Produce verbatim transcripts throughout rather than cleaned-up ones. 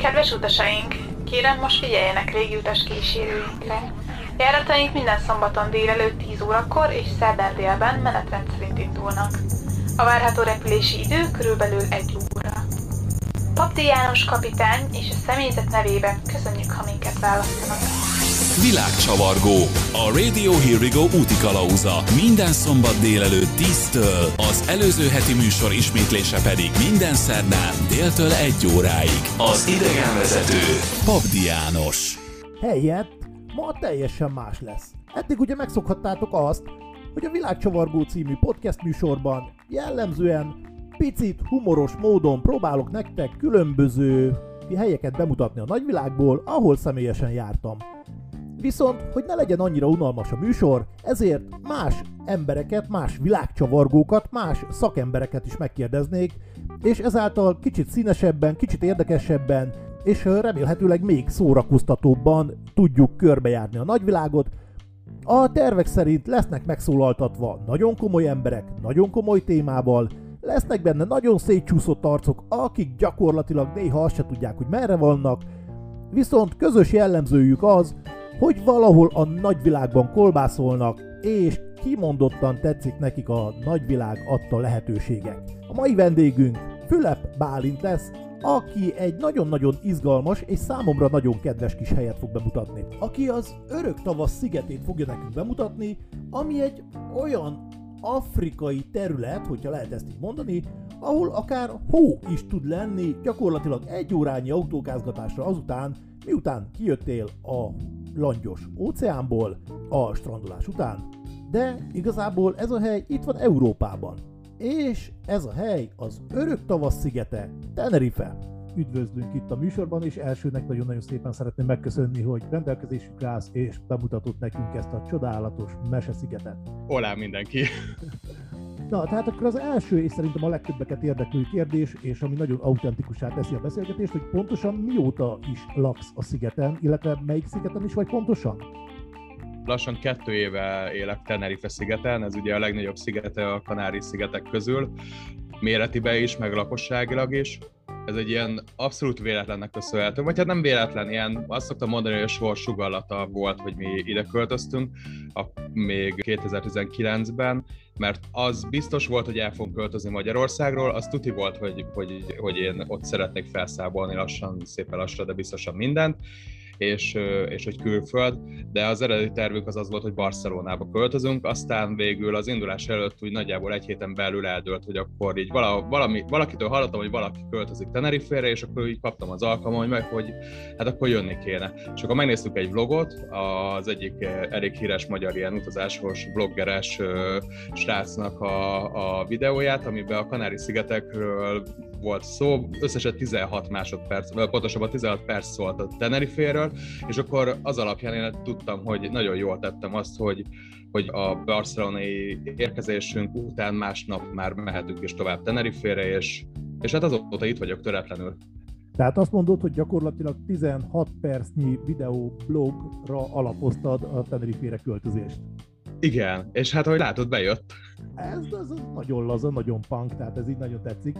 Kedves utasaink, kérem most figyeljenek régi utas kísérőinkre. Járataink minden szombaton délelőtt tíz órakor és szerdán délben menetrend szerint indulnak. A várható repülési idő körülbelül egy óra. Papdi János kapitány és a személyzet nevében köszönjük, ha minket választanak. Világcsavargó, a Radio Here We Go útikalauza. Minden szombat délelőtt tíztől, az előző heti műsor ismétlése pedig minden szerdán déltől egy óráig. Az idegenvezető Papdi János. Helyett ma teljesen más lesz. Eddig ugye megszokhattátok azt, hogy a Világcsavargó című podcast műsorban jellemzően picit humoros módon próbálok nektek különböző helyeket bemutatni a nagyvilágból, ahol személyesen jártam. Viszont, hogy ne legyen annyira unalmas a műsor, ezért más embereket, más világcsavargókat, más szakembereket is megkérdeznék, és ezáltal kicsit színesebben, kicsit érdekesebben, és remélhetőleg még szórakoztatóbban tudjuk körbejárni a nagyvilágot. A tervek szerint lesznek megszólaltatva nagyon komoly emberek, nagyon komoly témával, lesznek benne nagyon szétcsúszott arcok, akik gyakorlatilag néha azt se tudják, hogy merre vannak, viszont közös jellemzőjük az, hogy valahol a nagyvilágban kolbászolnak, és kimondottan tetszik nekik a nagyvilág adta lehetőségek. A mai vendégünk Fülep Bálint lesz, aki egy nagyon-nagyon izgalmas és számomra nagyon kedves kis helyet fog bemutatni. Aki az Örök Tavasz szigetét fogja nekünk bemutatni, ami egy olyan afrikai terület, hogyha lehet ezt így mondani, ahol akár hó is tud lenni, gyakorlatilag egy órányi autókázgatásra azután, miután kijöttél a langyos óceánból a strandolás után, de igazából ez a hely itt van Európában. És ez a hely az Örök Tavasz szigete, Tenerife. Üdvözlünk itt a műsorban, és elsőnek nagyon-nagyon szépen szeretném megköszönni, hogy rendelkezésükre állsz, és bemutatott nekünk ezt a csodálatos meseszigetet. Olá mindenki! Na, tehát akkor az első, és szerintem a legtöbbeket érdeklő kérdés, és ami nagyon autentikussá teszi a beszélgetést, hogy pontosan mióta is laksz a szigeten, illetve melyik szigeten is vagy pontosan? Lassan kettő éve élek Tenerife szigeten, ez ugye a legnagyobb szigete a Kanári-szigetek közül, méretibe is, meg lakosságilag is. Ez egy ilyen abszolút véletlennek köszönhető, vagy hát nem véletlen, ilyen, azt szoktam mondani, hogy a sors sugallata volt, hogy mi ide költöztünk, a, még kétezer-tizenkilencben, mert az biztos volt, hogy el fogunk költözni Magyarországról, az tuti volt, hogy, hogy, hogy én ott szeretnék felszámolni lassan, szépen lassan, de biztosan mindent, és, és hogy külföld, de az eredeti tervünk az az volt, hogy Barcelonába költözünk, aztán végül az indulás előtt úgy nagyjából egy héten belül eldőlt, hogy akkor így vala, valami, valakitől hallottam, hogy valaki költözik Tenerifére, és akkor így kaptam az alkalmat, hogy, hogy hát akkor jönni kéne. És akkor megnéztük egy vlogot, az egyik elég híres magyar ilyen utazásos, bloggeres srácnak a, a videóját, amiben a Kanári-szigetekről volt szó, összesen tizenhat másodperc, pontosabban tizenhat perc szólt a Teneriféről, és akkor az alapján én tudtam, hogy nagyon jól tettem azt, hogy, hogy a barcelonai érkezésünk után másnap már mehetünk is tovább Tenerifére, és, és hát azóta itt vagyok töretlenül. Tehát azt mondod, hogy gyakorlatilag tizenhat percnyi videoblogra alapoztad a Tenerifére költözést. Igen, és hát ahogy látod, bejött. Ez, ez nagyon laza, nagyon punk, tehát ez így nagyon tetszik.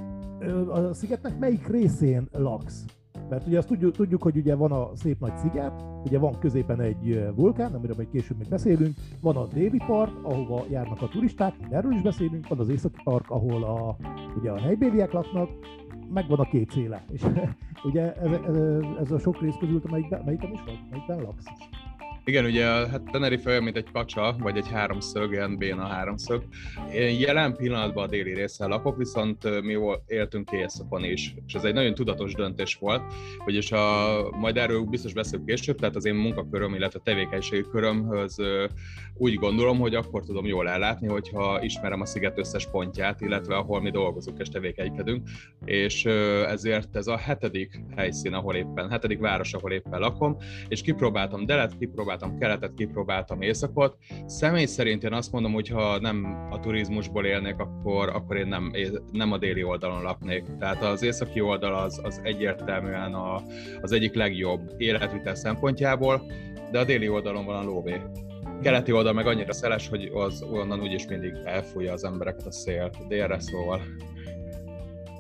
A szigetnek melyik részén laksz? Mert ugye azt tudjuk, tudjuk, hogy ugye van a szép nagy sziget, ugye van középen egy vulkán, amiről majd később még beszélünk, van a déli part, ahova járnak a turisták, erről is beszélünk, van az északi park, ahol a, ugye a helybéliek laknak, megvan a két széle. És ugye ez, ez, ez a sok rész közül, melyikben, melyikben is vagy? Melyikben laksz? Igen, ugye hát Tenerife olyan, mint egy kacsa, vagy egy háromszög, ilyen béna háromszög. Én jelen pillanatban a déli részen lakok, viszont mi éltünk északon is, és ez egy nagyon tudatos döntés volt, vagyis a, majd erről biztos beszélünk később, tehát az én munkaköröm, illetve tevékenységi körömhöz úgy gondolom, hogy akkor tudom jól ellátni, hogyha ismerem a sziget összes pontját, illetve ahol mi dolgozunk és tevékenykedünk, és ezért ez a hetedik helyszín, ahol éppen, hetedik város, ahol éppen lakom, és kipróbáltam delet, kipróbáltam keletet, kipróbáltam északot. Személy szerint én azt mondom, hogy ha nem a turizmusból élnék, akkor, akkor én nem, nem a déli oldalon laknék. Tehát az északi oldal az, az egyértelműen a, az egyik legjobb életvitel szempontjából, de a déli oldalon van a lóvé. Keleti oldal meg annyira szeles, hogy az onnan úgyis mindig elfújja az embereket a szél délre, szóval.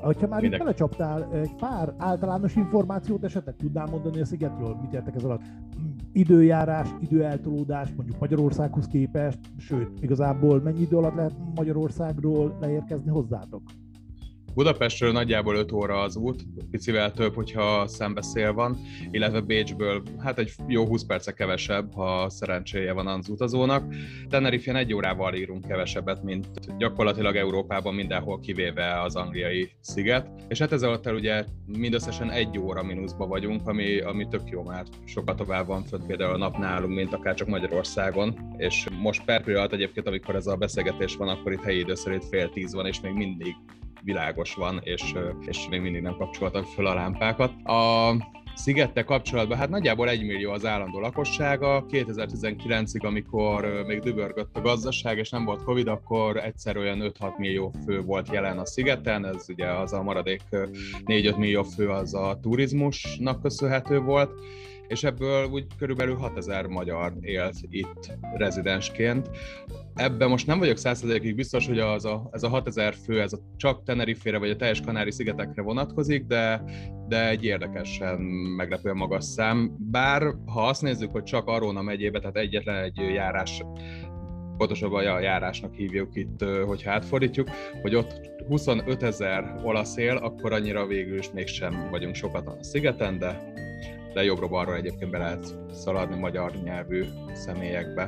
Hogyha már Minden... itt belecsaptál, egy pár általános információt esetleg tudnál mondani a szigetről? Mit értek ez alatt? Időjárás, időeltolódás, mondjuk Magyarországhoz képest, sőt, igazából mennyi idő alatt lehet Magyarországról leérkezni hozzátok? Budapestről nagyjából öt óra az út, picivel több, hogyha szembeszél van, illetve Bécsből hát egy jó húsz perce kevesebb, ha szerencséje van az utazónak. Tenerifén egy órával írunk kevesebbet, mint gyakorlatilag Európában mindenhol, kivéve az angliai sziget. És hát ezzel alatt ugye mindösszesen egy óra mínuszba vagyunk, ami, ami tök jó, mert sokkal tovább van fönt például a nap nálunk, mint akár csak Magyarországon. És most per pillanat egyébként, amikor ez a beszélgetés van, akkor itt helyi idő szerint fél tíz van, és még mindig világos van, és, és még mindig nem kapcsoltak föl a lámpákat. A szigettel kapcsolatban hát nagyjából egy millió az állandó lakossága. kétezer-tizenkilencig, amikor még dübörgött a gazdaság, és nem volt Covid, akkor egyszer olyan öt-hat millió fő volt jelen a szigeten, ez ugye az a maradék négy-öt millió fő az a turizmusnak köszönhető volt, és ebből úgy körülbelül hatezer magyar élt itt rezidensként. Ebben most nem vagyok száz százalékig biztos, hogy az a, ez a hatezer fő, ez a csak Tenerifére vagy a teljes Kanári-szigetekre vonatkozik, de, de egy érdekesen meglepően magas szám. Bár, ha azt nézzük, hogy csak Arona megyébe, tehát egyetlen egy járás, pontosabban a járásnak hívjuk itt, hogyha átfordítjuk, hogy ott huszonötezer olasz él, akkor annyira végül is mégsem vagyunk sokat a szigeten, de de jobbra-balra egyébként be lehet szaladni magyar nyelvű személyekbe.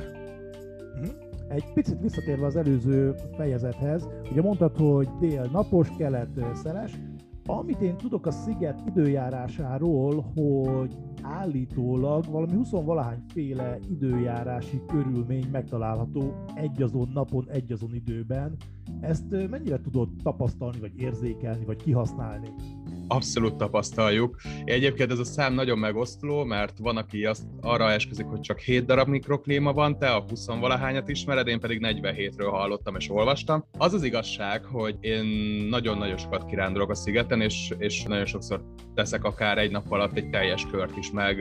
Egy picit visszatérve az előző fejezethez, ugye mondtad, hogy dél napos, kelet szeles. Amit én tudok a sziget időjárásáról, hogy állítólag valami huszonvalahány féle időjárási körülmény megtalálható egyazon napon, egyazon időben. Ezt mennyire tudod tapasztalni, vagy érzékelni, vagy kihasználni? Abszolút tapasztaljuk. Egyébként ez a szám nagyon megosztó, mert van, aki azt arra esküzik, hogy csak hét darab mikroklíma van, te a huszonvalahányat ismered, én pedig negyvenhétről hallottam és olvastam. Az az igazság, hogy én nagyon-nagyon sokat kirándulok a szigeten, és, és nagyon sokszor teszek akár egy nap alatt egy teljes kört is meg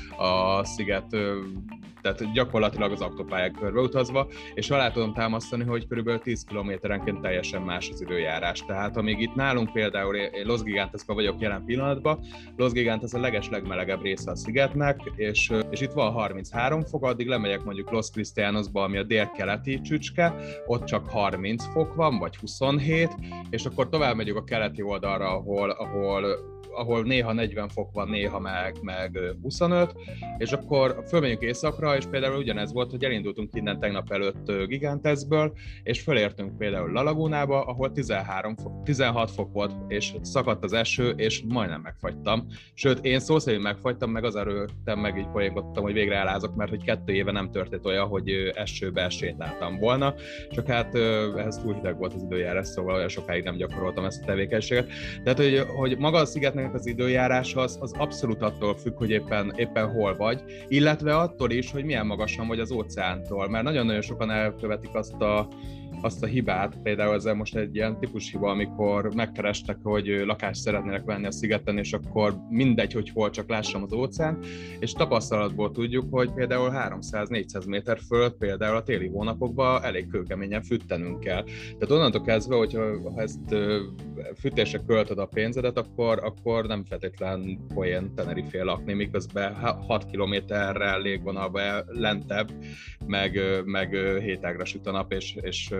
a sziget, tehát gyakorlatilag az autópályák körbeutazva, és alá tudom támasztani, hogy körülbelül tíz kilométerenként teljesen más az időjárás. Tehát amíg itt nálunk például én Los Gigantesben vagyok jelen pillanatban, Los Gigantes a leges legmelegebb része a szigetnek, és, és itt van harminchárom fok, addig lemegyek mondjuk Los Cristianosba, ami a délkeleti csücske, ott csak harminc fok van, vagy huszonhét, és akkor tovább megyünk a keleti oldalra, ahol, ahol ahol néha negyven fok van, néha meg, meg huszonöt, és akkor fölmegyünk északra, és például ugyanez volt, hogy elindultunk innen tegnap előtt Gigantesből, és fölértünk például La Lagunába, ahol tizenhárom fok, tizenhat fok volt, és szakadt az eső, és majdnem megfagytam. Sőt, én szó szerint megfagytam, meg az örültem, meg így poénkodtam, hogy végre elázok, mert hogy kettő éve nem történt olyan, hogy esőbe sétáltam volna, csak hát ehhez túl hideg volt az időjárás, szóval olyan sokáig nem gyakoroltam ezt a tevékenységet. Tehát, hogy, hogy maga a szigetnek az időjárás az, az abszolút attól függ, hogy éppen, éppen hol vagy, illetve attól is, hogy milyen magasan vagy az óceántól, mert nagyon-nagyon sokan elkövetik azt a, azt a hibát, például ezzel most egy ilyen típushiba, amikor megkerestek, hogy lakást szeretnének venni a szigeten, és akkor mindegy, hogy hol, csak lássam az óceán, és tapasztalatból tudjuk, hogy például háromszáz-négyszáz méter fölött például a téli hónapokban elég kőkeményen fűtenünk kell. Tehát onnantól kezdve, hogyha ha ezt fűtésre költöd a pénzedet, akkor, akkor nem feltétlen poén Tenerifén lakni, miközben hat kilométerrel légvonalba lentebb, meg, meg hét ágra süt a nap, és, és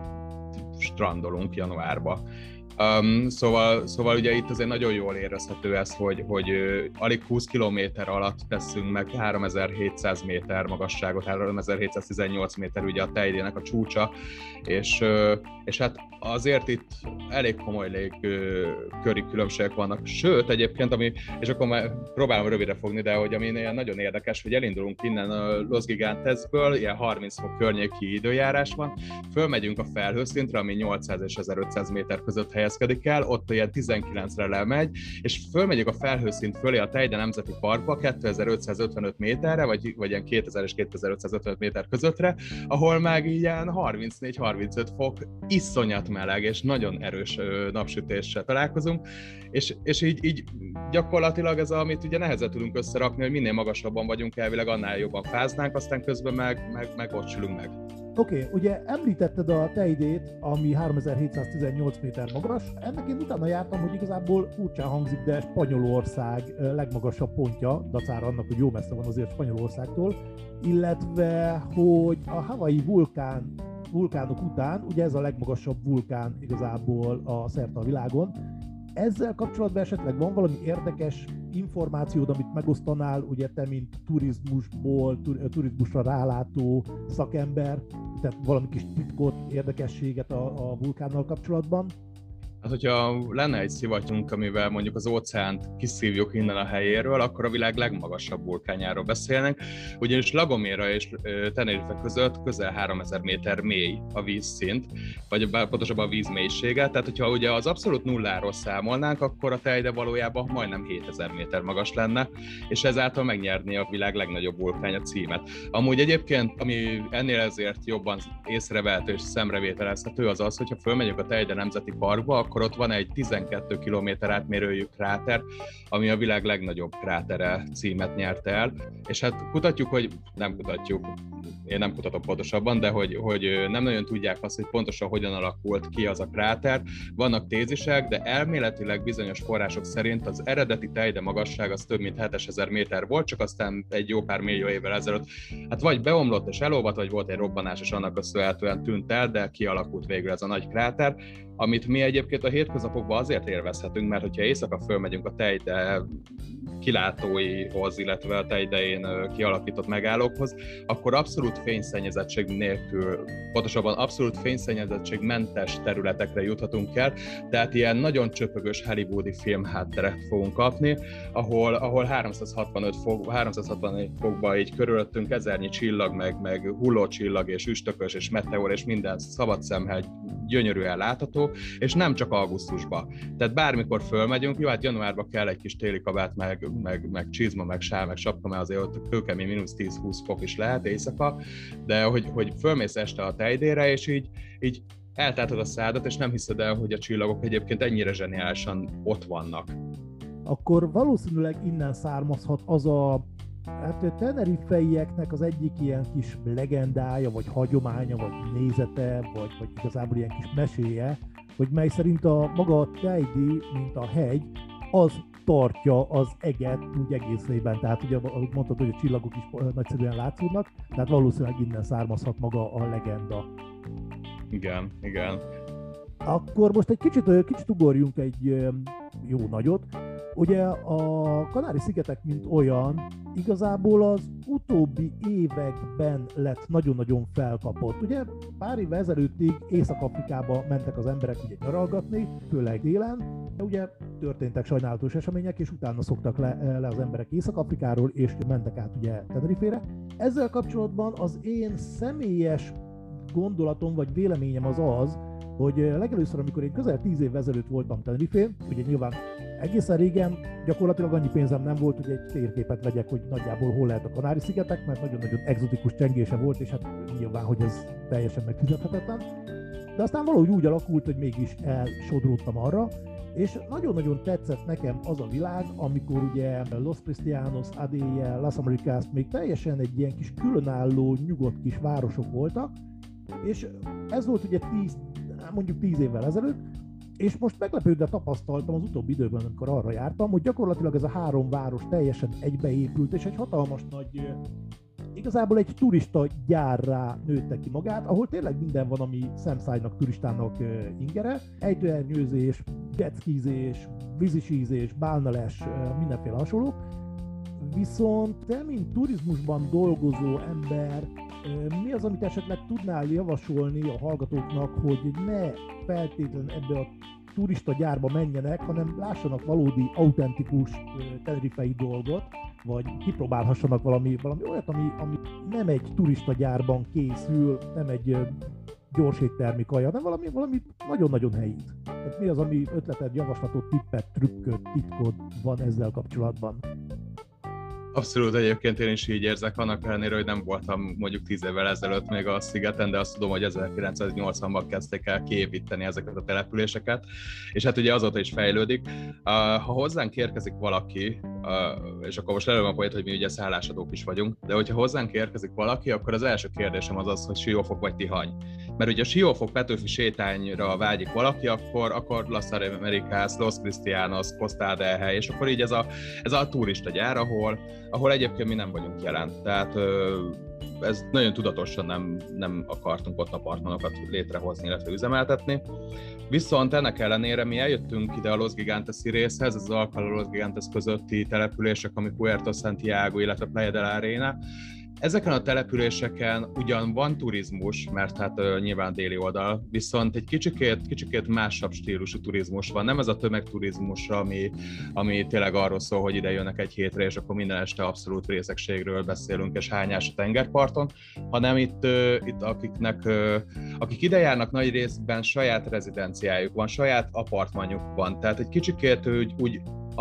strandolunk januárba. Um, szóval, szóval ugye itt azért nagyon jól érezhető ez, hogy, hogy uh, alig húsz kilométer alatt teszünk meg háromezer-hétszáz méter magasságot, háromezer-hétszáztizennyolc méter ugye a tejdének a csúcsa, és, uh, és hát azért itt elég komoly légköri különbségek vannak. Sőt, egyébként, ami, és akkor már próbálom rövidre fogni, de hogy ami nagyon érdekes, hogy elindulunk innen a Los Gigantesből, ilyen harminc fok környéki időjárás van, fölmegyünk a felhőszintre, ami nyolcszáz és ezerötszáz méter között helyezkedik el, ott ilyen tizenkilencre lemegy, és fölmegyünk a felhőszint fölé a Teide Nemzeti Parkba kétezer-ötszázötvenöt méterre, vagy, vagy ilyen kétezer és kétezer-ötszázötvenöt méter közöttre, ahol meg ilyen harmincnégy-harmincöt fok, iszonyat meleg és nagyon erős napsütéssel találkozunk, és, és így, így gyakorlatilag ez, amit ugye nehezen tudunk összerakni, hogy minél magasabban vagyunk elvileg, annál jobban fáznánk, aztán közben meg, meg, meg ott sülünk meg. Oké, okay, ugye említetted a Teidét, ami háromezer-hétszáztizennyolc méter magas. Ennek én utána jártam, hogy igazából furcsán hangzik, de Spanyolország legmagasabb pontja, dacára annak, hogy jó messze van azért Spanyolországtól, illetve, hogy a Hawaii vulkán, vulkánok után, ugye ez a legmagasabb vulkán igazából a szerte a világon. Ezzel kapcsolatban esetleg van valami érdekes információd, amit megosztanál, ugye te, mint turizmusból, turizmusra rálátó szakember, tehát valami kis titkot, érdekességet a, a vulkánnal kapcsolatban? Hát, hogyha lenne egy szivattyúnk, amivel mondjuk az óceánt kiszívjuk innen a helyéről, akkor a világ legmagasabb vulkánjáról beszélnek, ugyanis La Gomera és Tenerife között közel háromezer méter mély a vízszint, vagy pontosabban a víz mélysége, tehát hogyha ugye az abszolút nulláról számolnánk, akkor a Teide valójában majdnem hétezer méter magas lenne, és ezáltal megnyerné a világ legnagyobb vulkánja címet. Amúgy egyébként, ami ennél ezért jobban észrevehető és szemrevételezhető, az az, hogyha fölmegyünk a Teide Nemzeti Parkba, akkor ott van egy tizenkét kilométer átmérőjű kráter, ami a világ legnagyobb krátere címet nyerte el. És hát kutatjuk, hogy nem kutatjuk, én nem kutatom pontosabban, de hogy, hogy nem nagyon tudják azt, hogy pontosan hogyan alakult ki az a kráter. Vannak tézisek, de elméletileg bizonyos források szerint az eredeti Teide magasság az több mint hétezer méter volt, csak aztán egy jó pár millió évvel ezelőtt hát vagy beomlott és elolvadt, vagy volt egy robbanás, és annak köszönhetően tűnt el, de kialakult végül ez a nagy kráter, amit mi egyébként a hétköznapokban azért élvezhetünk, mert hogyha éjszaka fölmegyünk a Teide kilátóihoz, illetve a Teidején kialakított megállókhoz, akkor abszolút fényszennyezettség nélkül, pontosabban abszolút fényszennyezettségmentes területekre juthatunk el, tehát ilyen nagyon csöpögös hollywoodi filmhátteret fogunk kapni, ahol, ahol háromszázhatvanöt fok, háromszázhatvanegy fokban így körülöttünk ezernyi csillag, meg, meg hullócsillag, és üstökös, és meteor, és minden szabad szemmel gyönyörűen látható, és nem csak augusztusban. Tehát bármikor fölmegyünk, jó, hát januárban kell egy kis téli kabát, meg, meg, meg csizma, meg sál, meg sapka, mert azért ott kőkemény mínusz tíz-húsz fok is lehet éjszaka, de hogy, hogy fölmész este a Teidére, és így, így eltátod a szádat, és nem hiszed el, hogy a csillagok egyébként ennyire zseniálisan ott vannak. Akkor valószínűleg innen származhat az a hát tenerifeieknek az egyik ilyen kis legendája, vagy hagyománya, vagy nézete, vagy, vagy igazából ilyen kis meséje, hogy mely szerint a maga a Teide, mint a hegy, az tartja az eget úgy egészében. Tehát ugye, ahogy mondtad, hogy a csillagok is nagyszerűen látszódnak, tehát valószínűleg innen származhat maga a legenda. Igen, igen. Akkor most egy kicsit, kicsit ugorjunk egy jó nagyot. Ugye a Kanári-szigetek, mint olyan, igazából az utóbbi években lett nagyon-nagyon felkapott. Ugye pár évvel ezelőttig Észak-Afrikába mentek az emberek ugye nyaralgatni, főleg délen, de ugye történtek sajnálatos események, és utána szoktak le, le az emberek Észak-Afrikáról, és mentek át ugye Tenerifére. Ezzel kapcsolatban az én személyes gondolatom vagy véleményem az az, hogy legelőször, amikor én közel tíz évvel ezelőtt voltam Tenerifén, ugye nyilván egészen régen gyakorlatilag annyi pénzem nem volt, hogy egy térképet vegyek, hogy nagyjából hol lehet a Kanári-szigetek, mert nagyon-nagyon egzotikus csengése volt, és hát nyilván, hogy ez teljesen megfizethetetlen. De aztán valahogy úgy alakult, hogy mégis elsodródtam arra, és nagyon-nagyon tetszett nekem az a világ, amikor ugye Los Cristianos, Adéje, Las Americas még teljesen egy ilyen kis különálló, nyugodt kis városok voltak, és ez volt ugye tíz, mondjuk tíz évvel ezelőtt, és most meglepődve tapasztaltam az utóbbi időben, amikor arra jártam, hogy gyakorlatilag ez a három város teljesen egybeépült, és egy hatalmas nagy, igazából egy turista gyárrá nőtte ki magát, ahol tényleg minden van, ami szemszájnak, turistának ingere. Ejtőernyőzés, jetskizés, vízisízés, bálnales, mindenféle hasonlók. Viszont te, mint turizmusban dolgozó ember, mi az, amit esetleg tudnál javasolni a hallgatóknak, hogy ne feltétlenül ebbe a turista gyárba menjenek, hanem lássanak valódi, autentikus tenerifei dolgot, vagy kipróbálhassanak valami, valami olyat, ami, ami nem egy turista gyárban készül, nem egy gyors éttermi kaja, hanem valami, valami nagyon-nagyon helyit. Tehát mi az, ami ötleted, javaslatot, tippet, trükköd, titkod van ezzel kapcsolatban? Abszolút, egyébként én is így érzek, annak ellenére, hogy nem voltam mondjuk tíz évvel ezelőtt még a szigeten, de azt tudom, hogy ezerkilencszáznyolcvanban kezdték el kiépíteni ezeket a településeket, és hát ugye azóta is fejlődik. Ha hozzánk érkezik valaki, és akkor most előbb van, hogy mi ugye szállásadók is vagyunk, de hogyha hozzánk érkezik valaki, akkor az első kérdésem az az, hogy Siófok vagy Tihany. Mert ugye a Siófok Petőfi sétányra vágyik valaki, akkor, akkor Las Americas, Los Cristianos, Costa del Hely, és akkor így ez a, ez a turista gyár, ahol, ahol egyébként mi nem vagyunk jelen. Tehát ez nagyon tudatosan nem, nem akartunk ott apartmanokat létrehozni, illetve üzemeltetni. Viszont ennek ellenére mi eljöttünk ide a Los Gigantesi részhez, ez az Alcalá Los Gigantes közötti települések, ami Puerto Santiago, illetve Playa del Arena. Ezeken a településeken ugyan van turizmus, mert hát uh, nyilván déli oldal, viszont egy kicsikét, kicsikét másabb stílusú turizmus van. Nem ez a tömegturizmus, ami, ami tényleg arról szól, hogy ide jönnek egy hétre, és akkor minden este abszolút részegségről beszélünk, és hányás a tengerparton, hanem itt, uh, itt akiknek, uh, akik ide járnak, nagy részben saját rezidenciájuk van, saját apartmanjuk van, tehát egy kicsikét úgy, úgy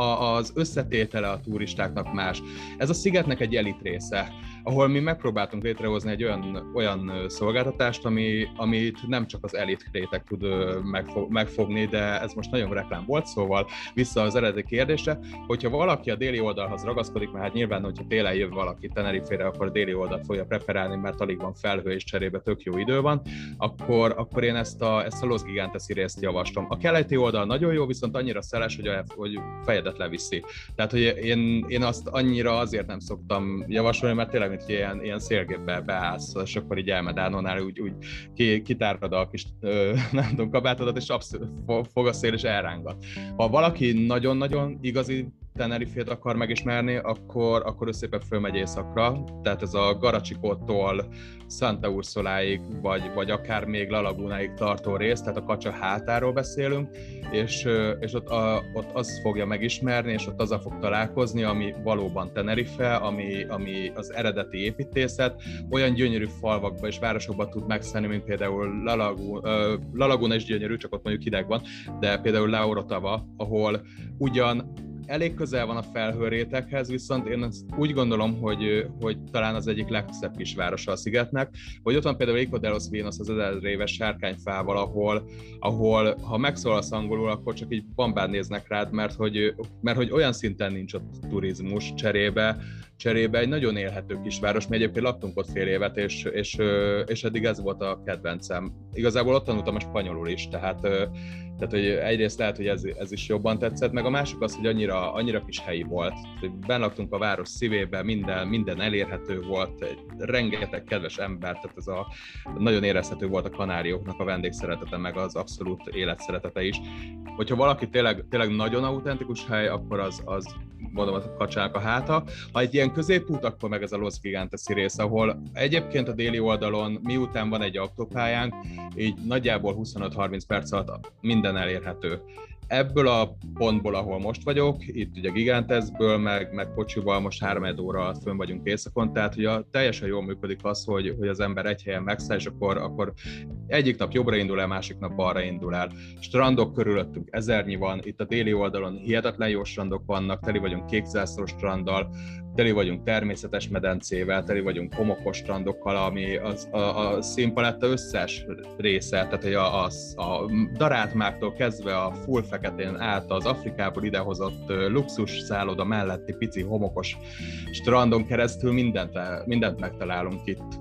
az összetétele a turistáknak más. Ez a szigetnek egy elit része, ahol mi megpróbáltunk létrehozni egy olyan, olyan szolgáltatást, ami, amit nem csak az elit réteg tud megfogni, de ez most nagyon reklám volt, szóval vissza az eredeti kérdésre, hogyha valaki a déli oldalhoz ragaszkodik, mert hát nyilván, hogyha télen jön valaki Tenerife-re, akkor a déli oldalt fogja preferálni, mert alig van felhő és cserébe tök jó idő van, akkor, akkor én ezt a, ezt a Los Gigantesi részt javaslom. A keleti oldal nagyon jó, viszont annyira szeles, hogy, a, hogy fejedet leviszi. Tehát, hogy én, én azt annyira azért nem szoktam javasolni, mert tényleg mint ilyen, ilyen szélgépbe beállsz, és akkor így elmedánonál, úgy, úgy kitárod a kis, ö, nem tudom, kabátodat, és abszolút fog a szél, és elrángat. Ha valaki nagyon-nagyon igazi Tenerifét akar megismerni, akkor, akkor ő szépen fölmegy északra, tehát ez a Garacsikótól Santa Ursuláig, vagy, vagy akár még La Lagunáig tartó rész, tehát a Kacsa hátáról beszélünk, és, és ott, a, ott az fogja megismerni, és ott azzal fog találkozni, ami valóban Tenerife, ami, ami az eredeti építészet, olyan gyönyörű falvakba és városokba tud megszállni, mint például La Laguna, La Laguna is gyönyörű, csak ott mondjuk hideg van, de például La Orotava, ahol ugyan elég közel van a felhőréteghez, viszont én úgy gondolom, hogy, hogy talán az egyik legszebb kisvárosa a szigetnek, hogy ott van például Ico de los Vinos, az ezer éves sárkányfával, ahol, ahol ha megszólalsz angolul, akkor csak így bambán néznek rád, mert hogy, mert hogy olyan szinten nincs ott turizmus cserébe, cserébe egy nagyon élhető kisváros, mi egyébként laktunk ott fél évet, és, és, és eddig ez volt a kedvencem. Igazából ott tanultam a spanyolul is, tehát, tehát hogy egyrészt lehet, hogy ez, ez is jobban tetszett, meg a másik az, hogy annyira, annyira kis helyi volt. Benn laktunk a város szívében, minden, minden elérhető volt, egy rengeteg kedves ember, tehát ez a, nagyon érezhető volt a kanárióknak a vendégszeretete, meg az abszolút életszeretete is. Hogyha valaki tényleg, tényleg nagyon autentikus hely, akkor az, az mondom, a Kacsának a háta. Ha egy ilyen középút, akkor meg ez a Los Gigantesi rész, ahol egyébként a déli oldalon, miután van egy autópályánk, így nagyjából huszonöt-harminc perc alatt minden elérhető. Ebből a pontból, ahol most vagyok, itt ugye Gigantesből, meg, meg Kocsival most három óra alatt fönn vagyunk éjszakon, tehát ugye teljesen jól működik az, hogy, hogy az ember egy helyen megszáll, és akkor, akkor egyik nap jobbra indul el, másik nap balra indul el. Strandok körülöttünk ezernyi van, itt a déli oldalon hihetetlen jó strandok vannak, teli vagyunk kékzászlós stranddal, teli vagyunk természetes medencével, teli vagyunk homokos strandokkal, ami az, a, a színpaletta összes része, tehát hogy a, a, a darátmáktól kezdve a full feketén át az Afrikából idehozott luxus szálloda melletti pici homokos strandon keresztül mindent, mindent megtalálunk itt.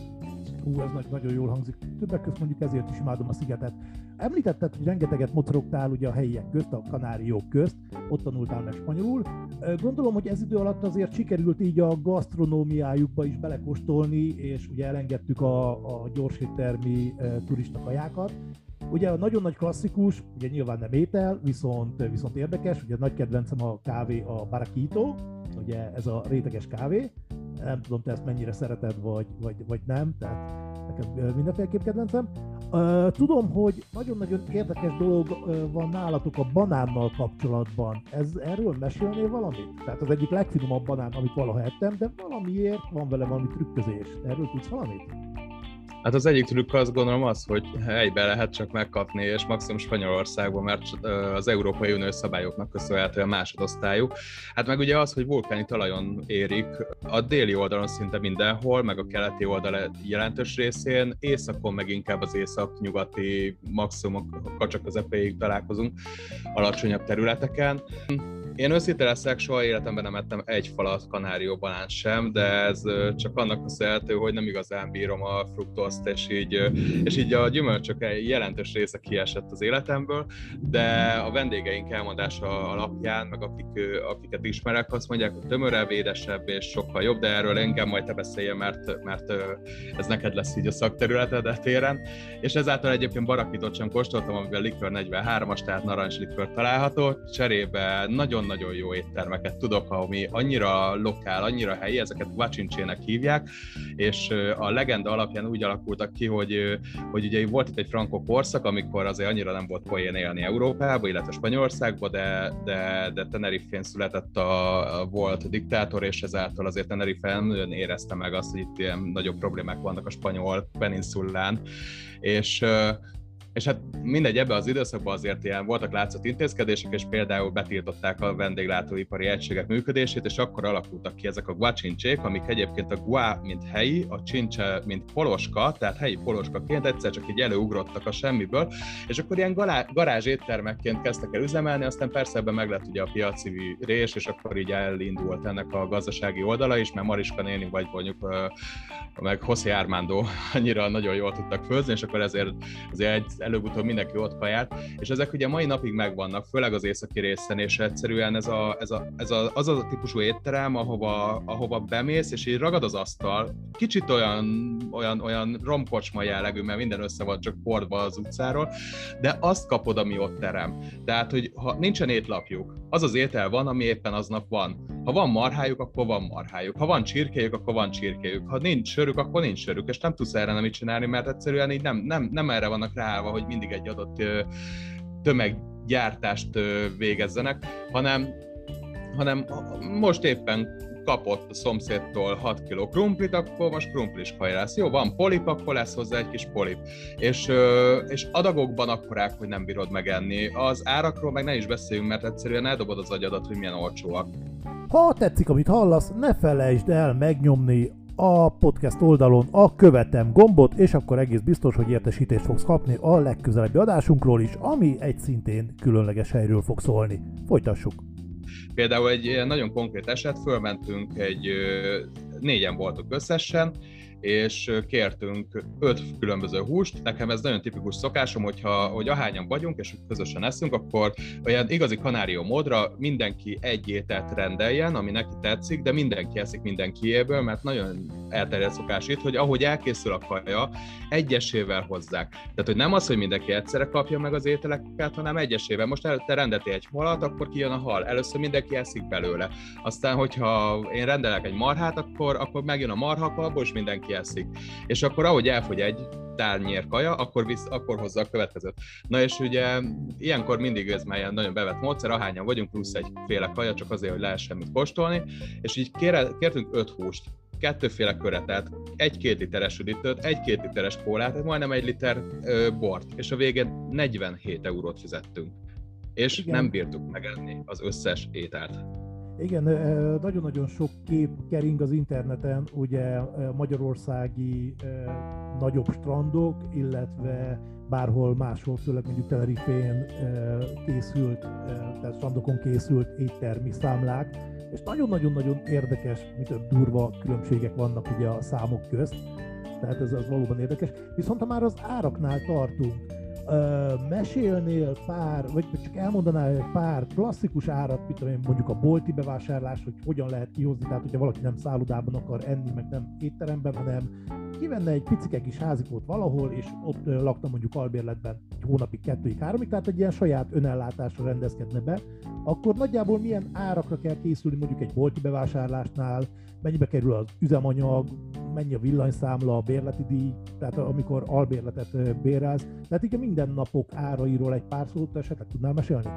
Hú, ez nagyon jól hangzik. Többek között mondjuk ezért is imádom a szigetet. Említetted, hogy rengeteget mocorogtál ugye a helyiek közt, a kanáriók közt, ott tanultál meg spanyolul. Gondolom, hogy ez idő alatt azért sikerült így a gasztronómiájukba is belekóstolni, és ugye elengedtük a, a gyorséttermi e, turista kajákat. Ugye a nagyon nagy klasszikus, ugye nyilván nem étel, viszont, viszont érdekes, ugye nagy kedvencem a kávé, a Barraquito, ugye ez a réteges kávé. Nem tudom, te ezt mennyire szereted, vagy, vagy, vagy nem, tehát nekem mindenféleképp kedvencem. Tudom, hogy nagyon-nagyon érdekes dolog van nálatok a banánnal kapcsolatban. Ez, erről mesélnél valamit? Tehát az egyik legfinomabb banán, amit valaha ettem, de valamiért van vele valami trükközés. Erről tudsz valamit? Hát az egyik tőlük azt gondolom az, hogy helyben lehet csak megkapni, és maximum Spanyolországban, mert az Európai Unió szabályoknak köszönhetően másodosztályú. Hát meg ugye az, hogy vulkáni talajon érik a déli oldalon szinte mindenhol, meg a keleti oldal jelentős részén, északon meg inkább az észak-nyugati, maximum a kacsa közepéig találkozunk alacsonyabb területeken. Én őszinte leszek, soha életemben nem ettem egy falat Kanárió banánt sem, de ez csak annak köszönhető, hogy nem igazán bírom a fruktoszt, és így, és így a gyümölcsök egy jelentős része kiesett az életemből, de a vendégeink elmondása alapján, meg akik, akiket ismerek, azt mondják, hogy tömörebb, édesebb és sokkal jobb, de erről inkább majd te beszélj, mert, mert ez neked lesz így a szakterületed téren. És ezáltal egyébként barakitot sem kóstoltam, amiben likör negyvenhármas, tehát narancslikör található, cserébe nagyon nagyon jó éttermeket tudok, ami annyira lokál, annyira helyi, ezeket guacincsének hívják, és a legenda alapján úgy alakultak ki, hogy, hogy ugye volt itt egy frankó korszak, amikor azért annyira nem volt poén élni Európába, illetve Spanyolországba, de, de, de Tenerife-n született a, a volt diktátor, és ezáltal azért Tenerife nagyon érezte meg azt, hogy itt ilyen nagyobb problémák vannak a spanyol peninszulán, és És hát mindegy, ebben az időszakban azért ilyen voltak látszott intézkedések, és például betiltották a vendéglátóipari egységek működését, és akkor alakultak ki ezek a guacincsék, amik egyébként a gua, mint helyi, a cincse, mint poloska, tehát helyi poloskaként egyszer csak így előugrottak a semmiből, és akkor ilyen garázs éttermekként kezdtek el üzemelni, aztán persze ebben meg lett ugye a piaci rés, és akkor így elindult ennek a gazdasági oldala is, mert Mariska néni vagy mondjuk meg José Armando annyira nagyon jól tudtak főzni, és akkor ezért, ezért egy előbb-utóbb mindenki ott kajált, és ezek ugye mai napig megvannak, főleg az északi részen, és egyszerűen ez, a, ez, a, ez a, az a típusú étterem, ahova, ahova bemész, és így ragad az asztal, kicsit olyan, olyan, olyan romkocsma jellegű, mert minden össze van csak portba az utcáról, de azt kapod, ami ott terem. Tehát, hogy ha nincsen étlapjuk, az az étel van, ami éppen aznap van. Ha van marhájuk, akkor van marhájuk. Ha van csirkéjük, akkor van csirkéjük. Ha nincs sörük, akkor nincs sörük, és nem tudsz erre nem mit csinálni, mert egyszerűen így nem, nem, nem erre vannak ráállva, hogy mindig egy adott tömeggyártást végezzenek, hanem, hanem most éppen kapott a szomszédtól hat kiló krumplit, akkor most krumplis kaj lesz. Jó, van polip, akkor lesz hozzá egy kis polip. És, és adagokban akkorák, hogy nem bírod megenni. Az árakról meg ne is beszéljünk, mert egyszerűen eldobod az agyadat, hogy milyen olcsóak. Ha tetszik, amit hallasz, ne felejtsd el megnyomni a podcast oldalon a követem gombot, és akkor egész biztos, hogy értesítést fogsz kapni a legközelebbi adásunkról is, ami egy szintén különleges helyről fog szólni. Folytassuk! Például egy nagyon konkrét eset, fölmentünk egy, négyen voltunk összesen, és kértünk öt különböző húst. Nekem ez nagyon tipikus szokásom, hogyha, hogy ahányan vagyunk, és közösen eszünk, akkor olyan igazi kanárió módra mindenki egy ételt rendeljen, ami neki tetszik, de mindenki eszik mindenkiéből, mert nagyon elterjedt szokás itt, hogy ahogy elkészül a kaja, egyesével hozzák. Tehát, hogy nem az, hogy mindenki egyszerre kapja meg az ételeket, hanem egyesével. Most te rendeltél egy halat, akkor kijön a hal. Először mindenki eszik belőle. Aztán, hogyha én rendelek egy marhát, akkor, akkor megjön a marha, abból is mindenki eszik. És akkor ahogy elfogy egy tárnyer kaja, akkor, visz, akkor hozza a következőt. Na és ugye ilyenkor mindig ez már ilyen nagyon bevett módszer, ahányan vagyunk, plusz egyféle kaja, csak azért, hogy lehessen mit kóstolni, és így kér, kértünk öt húst, kettőféle köret, tehát egy-két literes üdítőt, egy-két literes kólát, tehát majdnem egy liter ö, bort, és a végén negyvenhét eurót fizettünk. És igen, nem bírtuk megenni az összes ételt. Igen, nagyon-nagyon sok kép kering az interneten, ugye magyarországi nagyobb strandok, illetve bárhol máshol, főleg mondjuk Tenerife-n készült, tehát strandokon készült éttermi számlák, és nagyon-nagyon-nagyon érdekes, mint durva különbségek vannak ugye a számok közt, tehát ez az valóban érdekes. Viszont ha már az áraknál tartunk, Uh, mesélnél pár, vagy csak elmondanál egy pár klasszikus árat, mint tudom, mondjuk a bolti bevásárlás, hogy hogyan lehet kihozni, tehát hogyha valaki nem szállodában akar enni, meg nem étteremben, hanem kivenne egy picike kis házikót valahol, és ott uh, lakna mondjuk albérletben egy hónapig, kettőig, háromig, tehát egy ilyen saját önellátásra rendezkedne be, akkor nagyjából milyen árakra kell készülni mondjuk egy bolti bevásárlásnál, mennyibe kerül az üzemanyag, mennyi a villanyszámla, a bérleti díj, tehát amikor albérletet bérelsz. Tehát igen, minden napok árairól egy pár szót esetleg tudnál mesélni?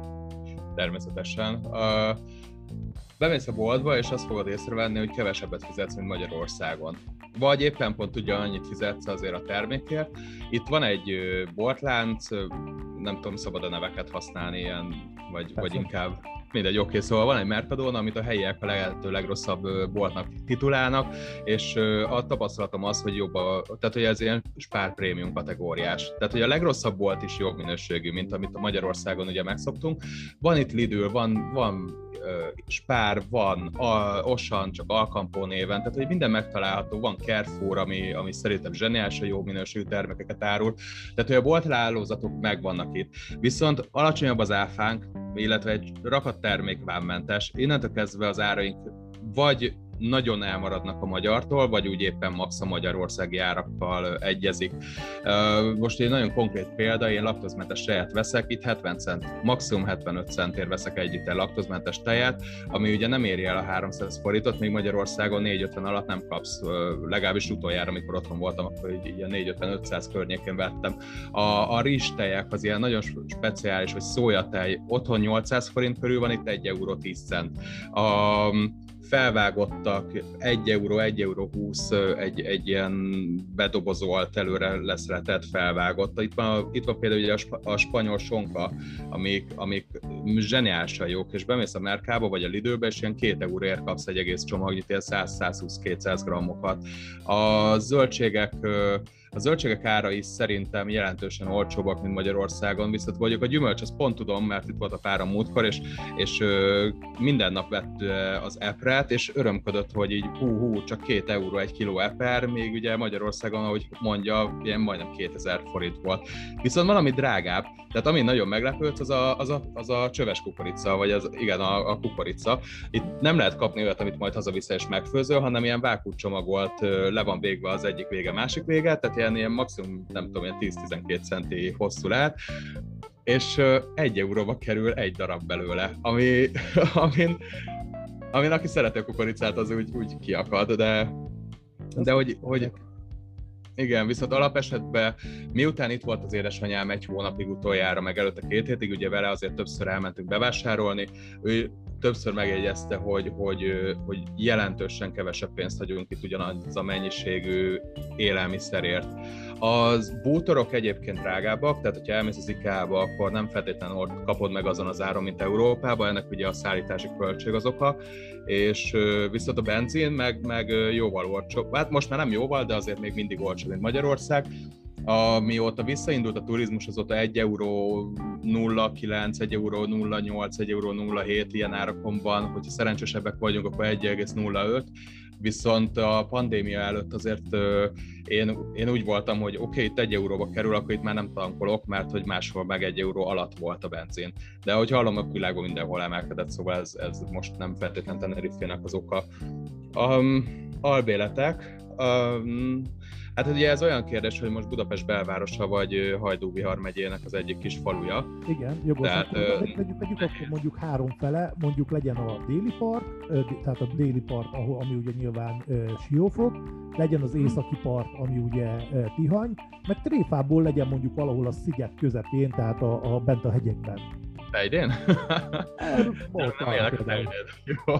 Természetesen. Uh, bemész a boltba, és azt fogod észrevenni, hogy kevesebbet fizetsz, mint Magyarországon. vagy éppen pont tudja, annyit fizetsz azért a termékért. Itt van egy boltlánc, nem tudom, szabad a neveket használni ilyen, vagy, vagy inkább mindegy, oké, szóval van egy Mercadona, amit a helyiek a lehető legrosszabb boltnak titulálnak, és a tapasztalatom az, hogy jobb a, tehát hogy ez ilyen Spár prémium kategóriás. Tehát, hogy a legrosszabb bolt is jobb minőségű, mint amit a Magyarországon ugye megszoktunk. Van itt Lidl, van, van Spár, van Auchan, csak Alcampó néven, tehát hogy minden megtalálható, van Carrefour, ami, ami szerintem zseniálisan jó minőségű termékeket árul, tehát hogy a bolthálózatok megvannak itt. Viszont alacsonyabb az áfánk, illetve egy rakat termék vámmentes, innentől kezdve az áraink vagy nagyon elmaradnak a magyartól, vagy úgy éppen max a magyarországi árakkal egyezik. Most egy nagyon konkrét példa, én laktózmentes tejet veszek, itt hetven cent, maximum hetvenöt centért veszek egy liter laktózmentes tejet, ami ugye nem éri el a háromszáz forintot, még Magyarországon négy-ötven alatt nem kapsz, legalábbis utoljára, amikor otthon voltam, akkor így ilyen négy-ötven-ötszáz környékén vettem. A, a rizstejek az ilyen nagyon speciális, vagy szójatej, otthon nyolcszáz forint körül van, itt egy euró tíz cent. A, felvágottak, egy euró, egy euró húsz, egy, egy ilyen bedobozolt, előre leszletett felvágott. Itt van, itt van például ugye a, sp- a spanyol sonka, amik, amik zseniálisan jók, és bemész a Merkába vagy a Lidlbe, és ilyen két euróért kapsz egy egész csomagnyi, ilyen száz-százhúsz-kétszáz grammokat. A zöldségek A zöldségek ára is szerintem jelentősen olcsóbbak, mint Magyarországon, viszont mondjuk a gyümölcs, azt pont tudom, mert itt volt a párom múltkor, és, és ö, minden nap vett az epret, és örömködött, hogy így hú-hú, csak két euró egy kiló eper, még ugye Magyarországon, ahogy mondja, ilyen majdnem kétezer forint volt. Viszont valami drágább, tehát ami nagyon meglepődsz, az a, az a, az a csöves kukorica, vagy az, igen, a, a kukorica. Itt nem lehet kapni olyat, amit majd hazaviszel és megfőzöl, hanem ilyen vákuumcsomagolt, le van végve az egyik vége, másik vége, tehát ilyen, ilyen maximum, nem tudom, ilyen tíz-tizenkét centi hosszú lehet, és egy euróba kerül egy darab belőle, ami, amin, amin aki szereti a kukoricát, az úgy, úgy kiakad, de, de hogy, hogy igen, viszont alapesetben miután itt volt az édesanyám egy hónapig utoljára, meg előtte két hétig, ugye vele azért többször elmentünk bevásárolni, ő többször megjegyezte, hogy, hogy, hogy jelentősen kevesebb pénzt hagyunk itt ugyanaz a mennyiségű élelmiszerért. Az bútorok egyébként drágábbak, tehát hogyha elmész az IKEA-ba, akkor nem feltétlenül ott kapod meg azon az áron, mint Európában, ennek ugye a szállítási költség az oka, és viszont a benzin meg, meg jóval olcsóbb, hát most már nem jóval, de azért még mindig olcsóbb, mint Magyarország. Amióta visszaindult a turizmus, azóta egy euró nulla kilenc, egy euró nulla nyolc, egy euró nulla hét ilyen árakon van, hogyha szerencsésebbek vagyunk, akkor egy egész nulla öt, viszont a pandémia előtt azért uh, én, én úgy voltam, hogy oké, okay, itt egy euróba kerül, akkor itt már nem tankolok, mert hogy máshol meg egy euró alatt volt a benzin. De ahogy hallom, a világon mindenhol emelkedett, szóval ez, ez most nem feltétlenül Tenerife-nek az oka. Um, albéletek. Um, Hát ugye ez olyan kérdés, hogy most Budapest belvárosa vagy Hajdú-Bihar megyének az egyik kis faluja. Igen, jogos. Tehát, vegyük, vegyük, vegyük akkor mondjuk három fele, mondjuk legyen a déli part, tehát a déli part, ahol, ami ugye nyilván uh, Siófok, legyen az északi part, ami ugye uh, Tihany, meg Tréfából legyen mondjuk valahol a sziget közepén, tehát a, a bent a hegyekben. Tejdén? Nem, nem élek a Tejdén. Jó.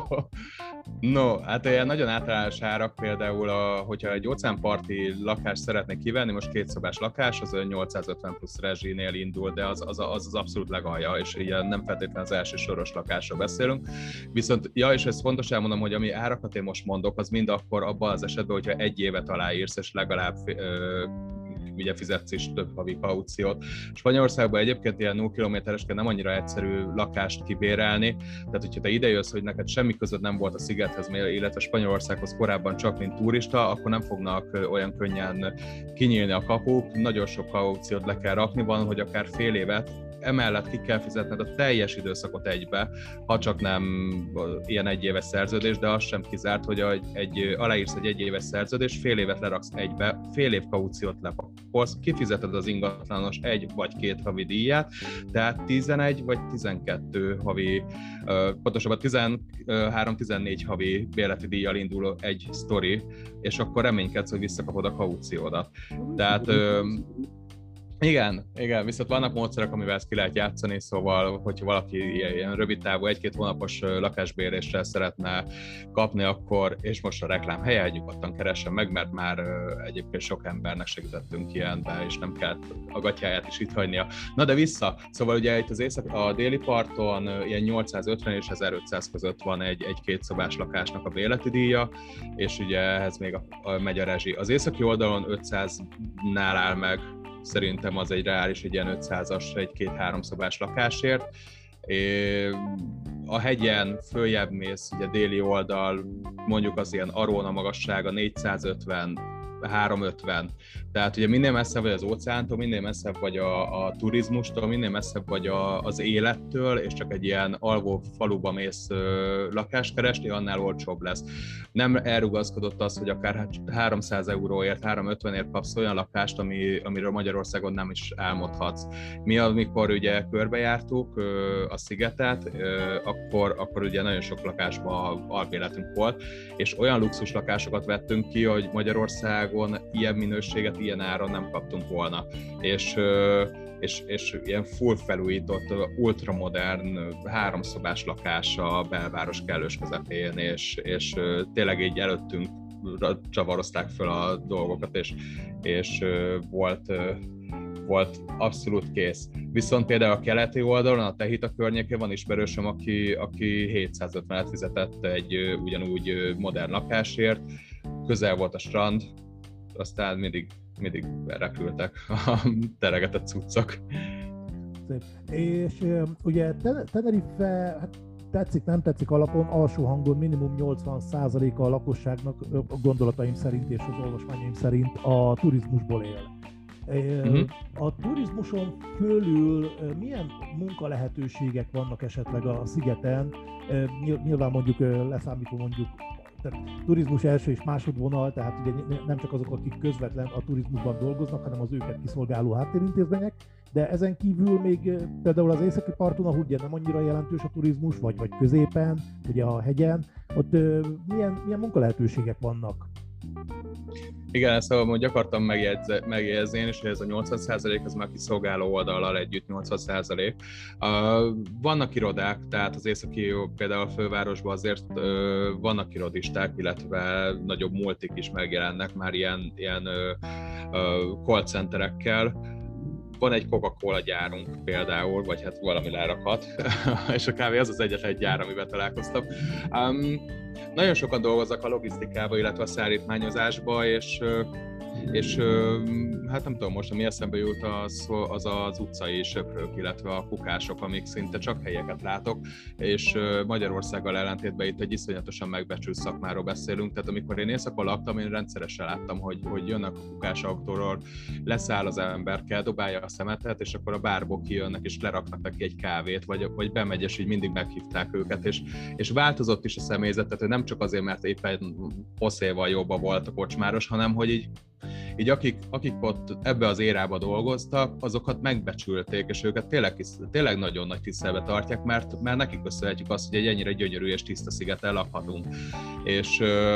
No, hát ilyen nagyon általános árak például, a, hogyha egy óceánparti lakást szeretnék kivenni, most kétszobás lakás, az nyolcszázötven plusz rezsinél indul, de az az, az, az abszolút legalja, és ilyen nem feltétlenül az első soros lakásra beszélünk. Viszont, ja, és ez fontos elmondom, hogy ami árakat én most mondok, az mind akkor abban az esetben, hogyha egy évet aláírsz, és legalább ö, ugye fizetsz is több havi kauciót. Spanyolországban egyébként ilyen nulla kilométeresként nem annyira egyszerű lakást kibérelni, tehát hogyha te idejössz, hogy neked semmi között nem volt a szigethez, illetve Spanyolországhoz korábban csak mint turista, akkor nem fognak olyan könnyen kinyílni a kapuk, nagyon sok kauciót le kell rakni, van, hogy akár fél évet, emellett ki kell fizetned a teljes időszakot egybe, ha csak nem ilyen egyéves szerződés, de az sem kizárt, hogy egy, egy, aláírsz egy egyéves szerződés, fél évet leraksz egybe, fél év kauciót lepakolsz, kifizeted az ingatlanos egy vagy két havi díját, tehát tizenegy vagy tizenkettő havi, pontosabban tizenhárom-tizennégy havi bérleti díjjal indul egy sztori, és akkor reménykedsz, hogy visszakapod a kauciódat. Tehát Igen, igen, viszont vannak módszerek, amivel ezt ki lehet játszani, szóval, hogyha valaki ilyen rövid távú, egy-két hónapos lakásbérlésre szeretne kapni, akkor, és most a reklám helye, nyugodtan keressen meg, mert már egyébként sok embernek segítettünk ilyenbe, és nem kell a gatyáját is itt hagynia. Na de vissza, szóval ugye itt az észak, a déli parton ilyen nyolcszázötven és ezerötszáz között van egy, egy két szobás lakásnak a bérleti díja, és ugye ehhez még a, a, megy a rezsi. Az északi oldalon ötszáznál áll meg, szerintem az egy reális, egy ilyen ötszázas, egy-két-három szobás lakásért. A hegyen följebb mész, ugye déli oldal, mondjuk az ilyen Aróna magassága négyszázötven, háromszázötven. Tehát ugye minél messzebb vagy az óceántól, minél messzebb vagy a, a turizmustól, minél messzebb vagy a, az élettől, és csak egy ilyen alvó faluba mész ö, lakást keresni, annál olcsóbb lesz. Nem elrugaszkodott az, hogy akár háromszáz euróért, háromszázötvenért kapsz olyan lakást, ami, amiről Magyarországon nem is álmodhatsz. Mi, amikor ugye körbejártuk ö, a szigetet, ö, akkor, akkor ugye nagyon sok lakásban albérletünk volt, és olyan luxus lakásokat vettünk ki, hogy Magyarország ilyen minőséget, ilyen áron nem kaptunk volna. És, és, és ilyen full felújított, ultramodern, háromszobás lakás a belváros kellős közepén, és, és tényleg így előttünk csavarozták fel a dolgokat, és, és volt, volt abszolút kész. Viszont például a keleti oldalon, a Tehita környékén van ismerősöm, aki, aki hétszázötvenet fizetett egy ugyanúgy modern lakásért, közel volt a strand, aztán mindig, mindig repültek a teregetett cuccok. Szép. És ugye Tenerife, hát tetszik, nem tetszik alapon, alsó hangon minimum nyolcvan százaléka a lakosságnak, a gondolataim szerint és az olvasmányaim szerint a turizmusból él. Uh-huh. A turizmuson fölül milyen munkalehetőségek vannak esetleg a szigeten? Nyilván mondjuk leszámítva mondjuk tehát turizmus első és másodvonal, tehát ugye nem csak azok, akik közvetlen a turizmusban dolgoznak, hanem az őket kiszolgáló háttérintézmények, de ezen kívül még például az északi parton, ahol ugye nem annyira jelentős a turizmus, vagy, vagy középen, ugye a hegyen, ott milyen, milyen munkalehetőségek vannak? Igen, szóval hogy akartam megjegyezni én is, hogy ez a nyolcvan százalék, az már kiszolgáló oldallal együtt nyolcvan százalék. Uh, vannak irodák, tehát az északi, például a fővárosban azért uh, vannak irodisták, illetve nagyobb multik is megjelennek már ilyen, ilyen uh, call centerekkel. Van egy Coca-Cola gyárunk például, vagy hát valami lerakat, és a kávé az az egyetlen gyár, amivel találkoztam. Um, nagyon sokan dolgoznak a logisztikába, illetve a szállítmányozásba, és, és hát nem tudom, most ami eszembe jut, az, az az utcai söprők, illetve a kukások, amik szinte csak helyeket látok, és Magyarországgal ellentétben itt egy iszonyatosan megbecsült szakmáról beszélünk, tehát amikor én éjszakon laktam, én rendszeresen láttam, hogy, hogy jönnek a kukás autóról, leszáll az emberke, dobálja a szemetet, és akkor a bárból kijönnek, és leraknak neki egy kávét, vagy, vagy bemegy, és így mindig meghívták őket, és, és változott is a személyzet, tehát nem csak azért, mert éppen hosszéval jobban volt a kocsmáros, hanem hogy így így akik, akik ott ebbe az érába dolgoztak, azokat megbecsülték, és őket tényleg, tényleg nagyon nagy tiszteletbe tartják, mert, mert nekik köszönhetjük azt, hogy egy ennyire gyönyörű és tiszta szigeten lakhatunk. És,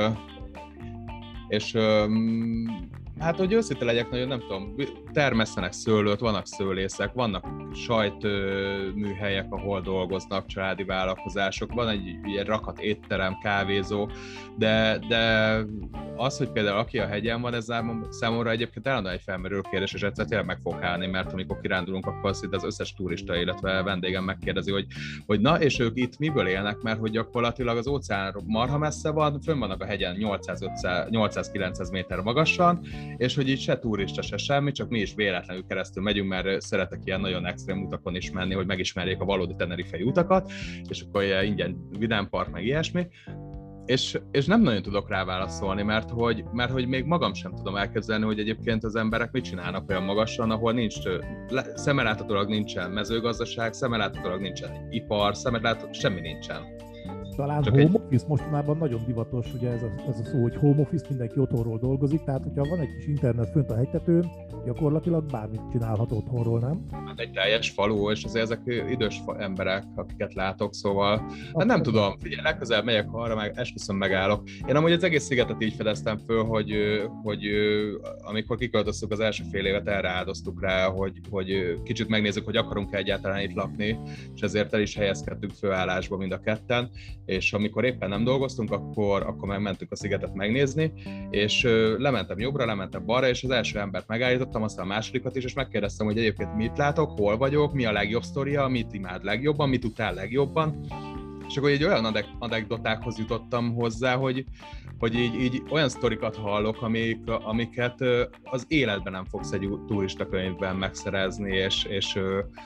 és hát, hogy őszinte legyek, nagyon nem tudom, termesztenek szőlőt, vannak szőlészek, vannak sajtműhelyek, ahol dolgoznak családi vállalkozások, van egy, egy rakat étterem, kávézó, de, de az, hogy például aki a hegyen van, ez számomra egyébként állandóan egy felmerülő kérdés, és egyszer tényleg meg fog állni, mert amikor kirándulunk, akkor azt az összes turista, illetve vendégem megkérdezi, hogy, hogy na, és ők itt miből élnek, mert hogy gyakorlatilag az óceán marha messze van, fönn vannak a hegyen nyolcszáz-kilencszáz méter magasan, és hogy így se turista, se semmi, csak mi is véletlenül keresztül megyünk, mert szeretek ilyen nagyon extrém utakon is menni, hogy megismerjék a valódi tenerifei utakat, és akkor ingyen vidámpark, meg ilyesmi. És, és nem nagyon tudok rá válaszolni, mert hogy, mert hogy még magam sem tudom elképzelni, hogy egyébként az emberek mit csinálnak olyan magasan, ahol nincs, szemmeláthatólag nincsen mezőgazdaság, szemmeláthatólag nincsen ipar, szemmeláthatólag semmi nincsen. Talán Csak home egy... office mostanában nagyon divatos, ugye ez a, ez a szó, hogy home office, mindenki otthonról dolgozik, tehát hogyha van egy kis internet fönt a hegytetőn, gyakorlatilag bármit csinálhat otthonról, nem? Hát egy teljes falu, és azért ezek idős emberek, akiket látok, szóval hát nem tudom, figyelj, legközelebb megyek arra, meg esküszöm megállok. Én amúgy az egész szigetet így fedeztem föl, hogy, hogy amikor kiköltöztük az első fél évet, erre áldoztuk rá, hogy, hogy kicsit megnézzük, hogy akarunk-e egyáltalán itt lakni, és ezért el is helyezkedtünk főállásba mind a ketten, és amikor éppen nem dolgoztunk, akkor, akkor megmentünk a szigetet megnézni, és lementem jobbra, lementem balra, és az első embert megállítottam, aztán a másodikat is, és megkérdeztem, hogy egyébként mit látok, hol vagyok, mi a legjobb sztoria, mit imád legjobban, mit utál legjobban, és akkor egy olyan adek- anekdotákhoz jutottam hozzá, hogy, hogy így, így olyan sztorikat hallok, amik, amiket az életben nem fogsz egy turistakönyvben megszerezni, és, és,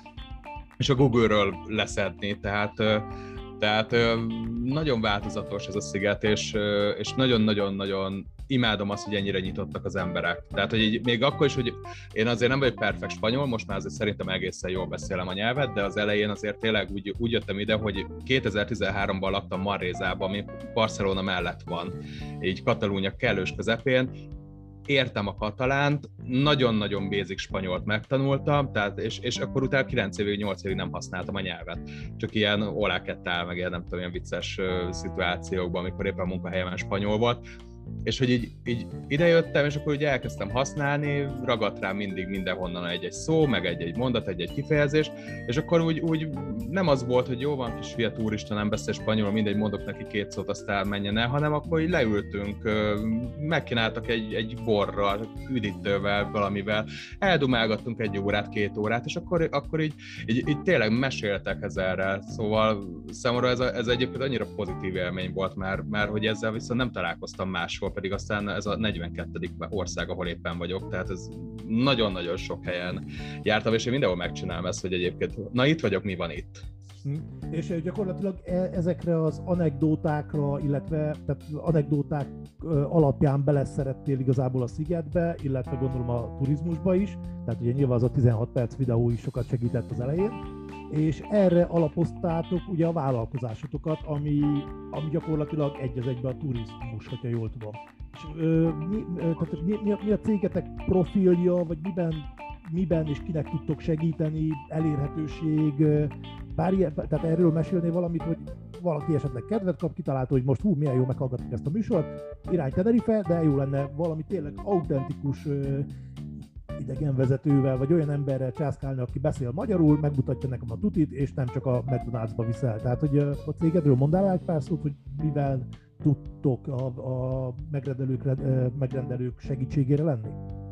és a Google-ről leszedni, tehát Tehát nagyon változatos ez a sziget, és, és nagyon-nagyon-nagyon imádom azt, hogy ennyire nyitottak az emberek. Tehát, hogy így, még akkor is, hogy én azért nem vagyok perfekt spanyol, most már azért szerintem egészen jól beszélem a nyelvet, de az elején azért tényleg úgy, úgy jöttem ide, hogy kétezer-tizenháromban laktam Manrésában, ami Barcelona mellett van, így Katalúnya kellős közepén. Értem a katalánt, nagyon-nagyon basic spanyolt megtanultam, tehát, és, és akkor utána kilenc évig, nyolc évig nem használtam a nyelvet. Csak ilyen olákettál, meg ilyen nem tudom, ilyen vicces uh, szituációkban, amikor éppen munkahelyemen spanyol volt. És hogy így, így idejöttem, és akkor ugye elkezdtem használni, ragadt rám mindig mindenhonnan egy-egy szó, meg egy-egy mondat, egy-egy kifejezés, és akkor úgy, úgy nem az volt, hogy jó van, kis fia turista, nem beszél spanyolul, mindegy, mondok neki két szót, aztán menjen el, hanem akkor így leültünk, megkínáltak egy, egy borral, üdítővel, valamivel, eldumálgattunk egy órát, két órát, és akkor, akkor így, így, így tényleg meséltek ezerrel, szóval számomra ez, a, ez egyébként annyira pozitív élmény volt már, már, hogy ezzel viszont nem találkoztam más, pedig aztán ez a negyvenkettedik ország, ahol éppen vagyok, tehát ez nagyon-nagyon sok helyen jártam, és én mindenhol megcsinálom ezt, hogy egyébként, na itt vagyok, mi van itt. Hm. És gyakorlatilag ezekre az anekdótákra, illetve tehát anekdóták alapján beleszerettél igazából a szigetbe, illetve gondolom a turizmusba is, tehát ugye nyilván az a tizenhat perc videó is sokat segített az elején, és erre alapoztátok ugye a vállalkozásotokat, ami, ami gyakorlatilag egy az egyben a turizmus, hogyha jól tudom. És, ö, mi, ö, tehát mi, mi, a, mi a cégetek profilja, vagy miben, miben és kinek tudtok segíteni, elérhetőség, bár ilyen, tehát erről mesélnél valamit, hogy valaki esetleg kedvet kap, kitalálta, hogy most hú, milyen jó meghallgatni ezt a műsort, irány Tenerife, de jó lenne valami tényleg autentikus idegenvezetővel, vagy olyan emberrel császkálni, aki beszél magyarul, megmutatja nekem a tutit, és nem csak a McDonald'sba viszel. Tehát, hogy a cégedről mondál egy pár szót, hogy mivel tudtok a, a megrendelők, megrendelők segítségére lenni?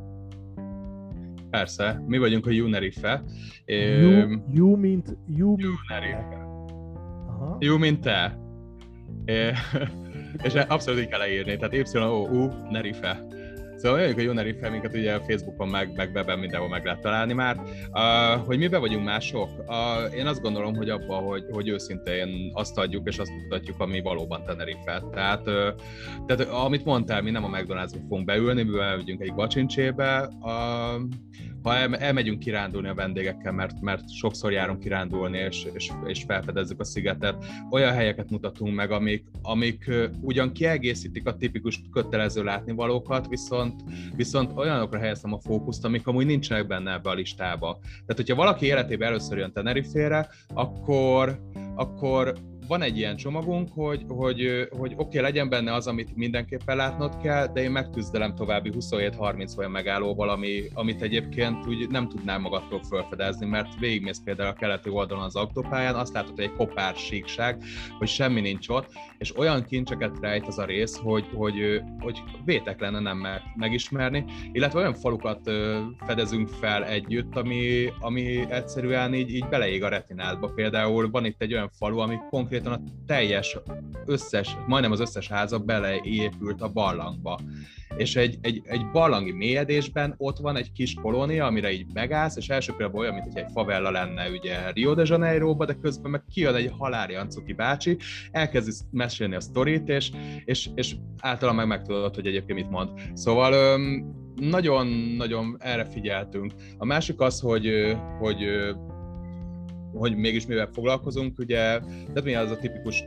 Persze, mi vagyunk a Junerife. You, you mint... You Junerife. You mint te. É, és abszolút így kell leírni, tehát Y O U Nerife. Szóval olyanjuk a Junerife, minket ugye a Facebookon, meg, meg webben mindenhol meg lehet találni már. Uh, hogy miben vagyunk mások? Uh, én azt gondolom, hogy abban, hogy, hogy őszintén azt adjuk és azt mutatjuk, ami valóban Tenerife. Tehát, uh, tehát amit mondtál, mi nem a McDonald'sba fogunk beülni, mi bemegyünk egy bacsincsébe. Uh, ha el, elmegyünk kirándulni a vendégekkel, mert, mert sokszor járunk kirándulni, és, és, és felfedezzük a szigetet, olyan helyeket mutatunk meg, amik, amik uh, ugyan kiegészítik a tipikus kötelező látnivalókat, viszont, viszont olyanokra helyeztem a fókuszt, amik amúgy nincsenek benne ebbe a listába. Tehát, hogyha valaki életében először jön Tenerife-re, akkor, akkor van egy ilyen csomagunk, hogy, hogy, hogy oké, okay, legyen benne az, amit mindenképpen látnod kell, de én megküzdelem további huszonhét-harminc olyan megállóval, ami, amit egyébként úgy nem tudnál magadtól felfedezni, mert végigmész például a keleti oldalon az autópályán, azt látod, hogy egy kopár síkság, hogy semmi nincs ott, és olyan kincseket rejt az a rész, hogy, hogy, hogy vétek lenne nem megismerni, illetve olyan falukat fedezünk fel együtt, ami, ami egyszerűen így, így beleég a retinádba. Például van itt egy olyan falu, ami konkrét a teljes, összes, majdnem az összes háza beleépült a barlangba. És egy, egy, egy barlangi mélyedésben ott van egy kis kolónia, amire így megállsz, és első pillanatban olyan, mint hogy egy favella lenne ugye Rio de Janeiroba, de közben meg kijön egy halári ancuki bácsi, elkezdi mesélni a sztorit, és, és, és általán meg megtudod, hogy egyébként mit mond. Szóval nagyon-nagyon erre figyeltünk. A másik az, hogy, hogy hogy mégis mivel foglalkozunk, ugye, tehát mi az a tipikus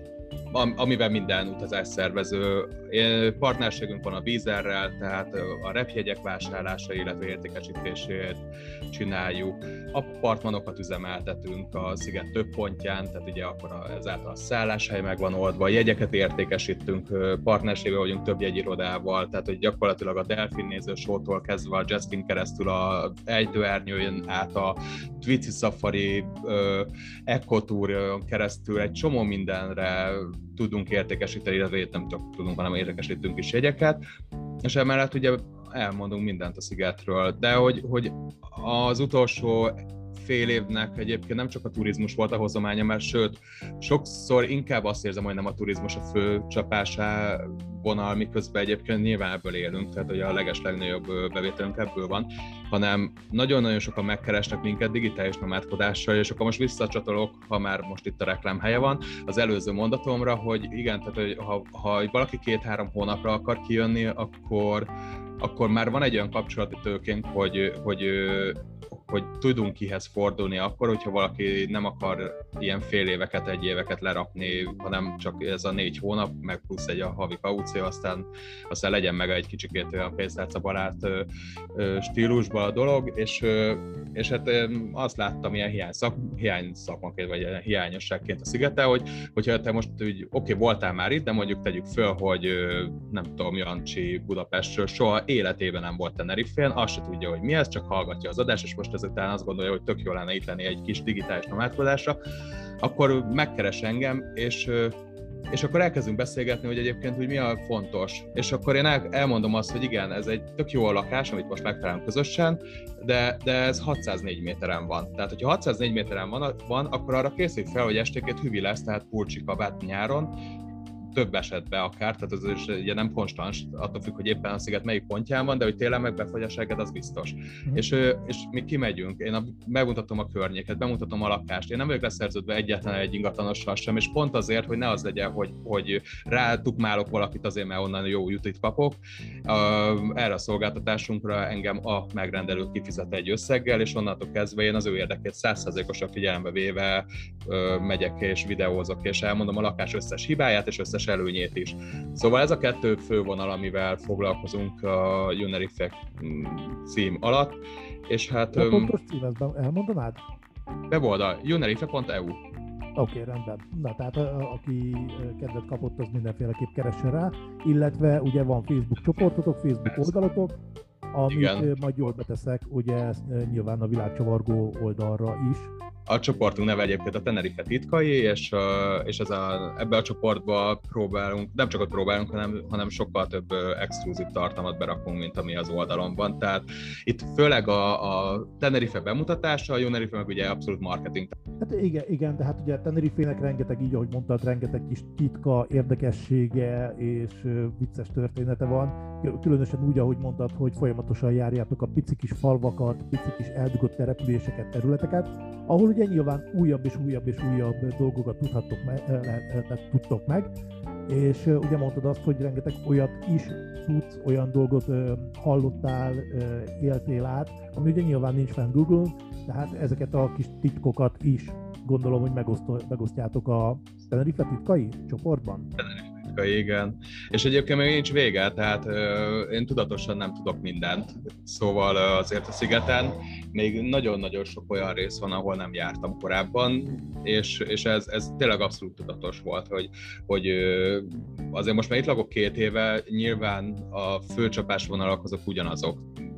amivel minden utazás szervező. Partnerségünk van a Vízerrel, tehát a repjegyek vásárlása, illetve értékesítését csináljuk. Apartmanokat üzemeltetünk a sziget több pontján, tehát ugye akkor ezáltal a szálláshely meg van oldva, jegyeket értékesítünk, partnerségben vagyunk több jegyirodával, tehát hogy gyakorlatilag a Delfin néző show-tól kezdve a Jazzfin keresztül a Ejtőernyőn át a Twici Safari, Eco Touron keresztül egy csomó mindenre tudunk értékesíteni, illetve nem csak tudunk, hanem értékesítünk is jegyeket, és emellett ugye elmondunk mindent a szigetről, de hogy, hogy az utolsó fél évnek egyébként nem csak a turizmus volt a hozománya, mert sőt, sokszor inkább azt érzem, hogy nem a turizmus a fő csapásá vonal, miközben egyébként nyilván ebből élünk, tehát hogy a legeslegnagyobb bevételünk ebből van, hanem nagyon-nagyon sokan megkeresnek minket digitális nomádkodással, és akkor most visszacsatolok, ha már most itt a reklám helye van, az előző mondatomra, hogy igen, tehát hogy ha, ha valaki két-három hónapra akar kijönni, akkor, akkor már van egy olyan kapcsolati tőkénk, hogy, hogy hogy tudunk kihez fordulni akkor, hogyha valaki nem akar ilyen fél éveket, egy éveket lerakni, hanem csak ez a négy hónap, meg plusz egy a havi kaució, aztán, aztán legyen meg egy kicsikét olyan pénztárcabarát stílusban a dolog, és, és hát azt láttam ilyen hiány, szak, hiány szakmaként, vagy ilyen hiányosságként a szigeten, hogy hogyha te most úgy, oké, okay, voltál már itt, de mondjuk tegyük föl, hogy nem tudom, Jancsi Budapestről soha életében nem volt Tenerifén, azt se tudja, hogy mi ez, csak hallgatja az adást, és most ezután azt gondolja, hogy tök jó lenne itt lenni egy kis digitális nomádkodásra, akkor megkeres engem, és, és akkor elkezdünk beszélgetni, hogy egyébként hogy mi a fontos. És akkor én el, elmondom azt, hogy igen, ez egy tök jó lakás, amit most megtalálunk közösen, de, de ez hatszáznégy méteren van. Tehát, hogyha hatszáznégy méteren van, van akkor arra készít fel, hogy esténként hüvi lesz, tehát pulcsi kabát nyáron, több esetben akár, tehát az is ugye nem konstans, attól függ, hogy éppen a sziget melyik pontján van, de hogy télen meg befogyasságed, az biztos. Mm. És, és mi kimegyünk, én a, bemutatom a környéket, bemutatom a lakást, én nem vagyok leszerződve egyetlen egy ingatlanossal sem, és pont azért, hogy ne az legyen, hogy, hogy rátukmálok valakit azért, mert onnan jó jutit kapok. Erre a szolgáltatásunkra engem a megrendelő kifizet egy összeggel, és onnantól kezdve én az ő érdekét száz százalékosan figyelembe véve megyek és videózok, és elmondom a lakás összes hibáját, és összes előnyét is. Szóval ez a kettő fővonal, amivel foglalkozunk a Unerife cím alatt, és hát... A pontos cím, ezt elmondanád? Weboldal, unerife pont e u. Oké, okay, rendben. Na, tehát a, aki kedvet kapott, az mindenféleképp keressen rá, illetve ugye van Facebook csoportotok, Facebook oldalatok, amit igen, majd jól beteszek, ugye nyilván a világcsavargó oldalra is. A csoportunk neve egyébként a Tenerife titkai, és, és ez a, ebbe a csoportba próbálunk, nem csak ott próbálunk, hanem, hanem sokkal több exkluzív tartalmat berakunk, mint ami az oldalon van. Tehát itt főleg a, a Tenerife bemutatása, a Unerife meg ugye abszolút marketing. Hát igen, igen, de hát ugye a Tenerife-nek rengeteg, így ahogy mondtad, rengeteg kis titka, érdekessége és vicces története van. Különösen úgy, ahogy mondtad, hogy folyamatosan járjátok a pici kis falvakat, pici kis eldugott településeket, területeket, ahol ugye nyilván újabb és újabb és újabb dolgokat tudhattok meg, tudtok meg, és ugye mondtad azt, hogy rengeteg olyat is tudsz, olyan dolgot hallottál, éltél át, ami ugye nyilván nincs fenn Google-n, tehát ezeket a kis titkokat is gondolom, hogy megosztjátok a Tenerife titkai csoportban. Igen. És egyébként még nincs vége, tehát euh, én tudatosan nem tudok mindent, szóval euh, azért a szigeten még nagyon-nagyon sok olyan rész van, ahol nem jártam korábban, és, és ez, ez tényleg abszolút tudatos volt, hogy, hogy euh, azért most már itt lakok két éve, nyilván a főcsapásvonalak azok ugyanazok.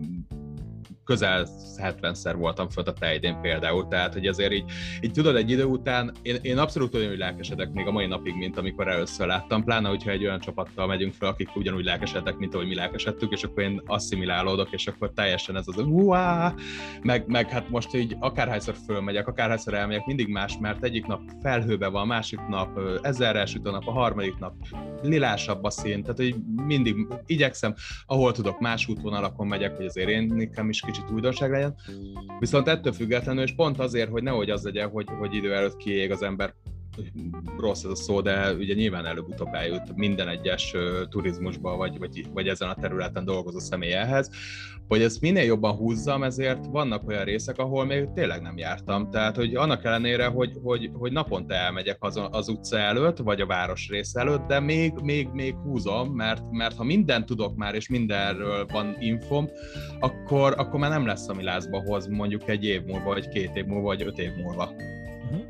Közel hetvenszer voltam fönt a Tejdén például, tehát hogy azért így, így tudod, egy idő után én, én abszolút olyan, hogy lelkesedek még a mai napig, mint amikor először láttam, pláne hogyha egy olyan csapattal megyünk fel, akik ugyanúgy lelkesednek, mint ahogy mi lelkesedtük, és akkor én asszimilálódok, és akkor teljesen ez az uá, meg, meg hát most így akárhányszor fölmegyek, akárhányszor elmegyek, mindig más, mert egyik nap felhőben van, másik nap ezerrel süt a nap, a harmadik nap lilásabb a szín, tehát hogy mindig igyekszem, ahol tudok, más útvonalakon megyek, hogy azért én nekem is kicsit újdonság legyen. Viszont ettől függetlenül, és pont azért, hogy nehogy az legyen, hogy, hogy idő előtt kiég az ember rossz ez a szó, de ugye nyilván előbb-utóbb eljut minden egyes turizmusba, vagy, vagy, vagy ezen a területen dolgozó személy ehhez, hogy ezt minél jobban húzzam, ezért vannak olyan részek, ahol még tényleg nem jártam. Tehát, hogy annak ellenére, hogy, hogy, hogy naponta elmegyek az, az utca előtt, vagy a városrész előtt, de még, még, még húzom, mert, mert ha mindent tudok már, és mindenről van infom, akkor, akkor már nem lesz, ami lázba hoz mondjuk egy év múlva, vagy két év múlva, vagy öt év múlva. Uh-huh.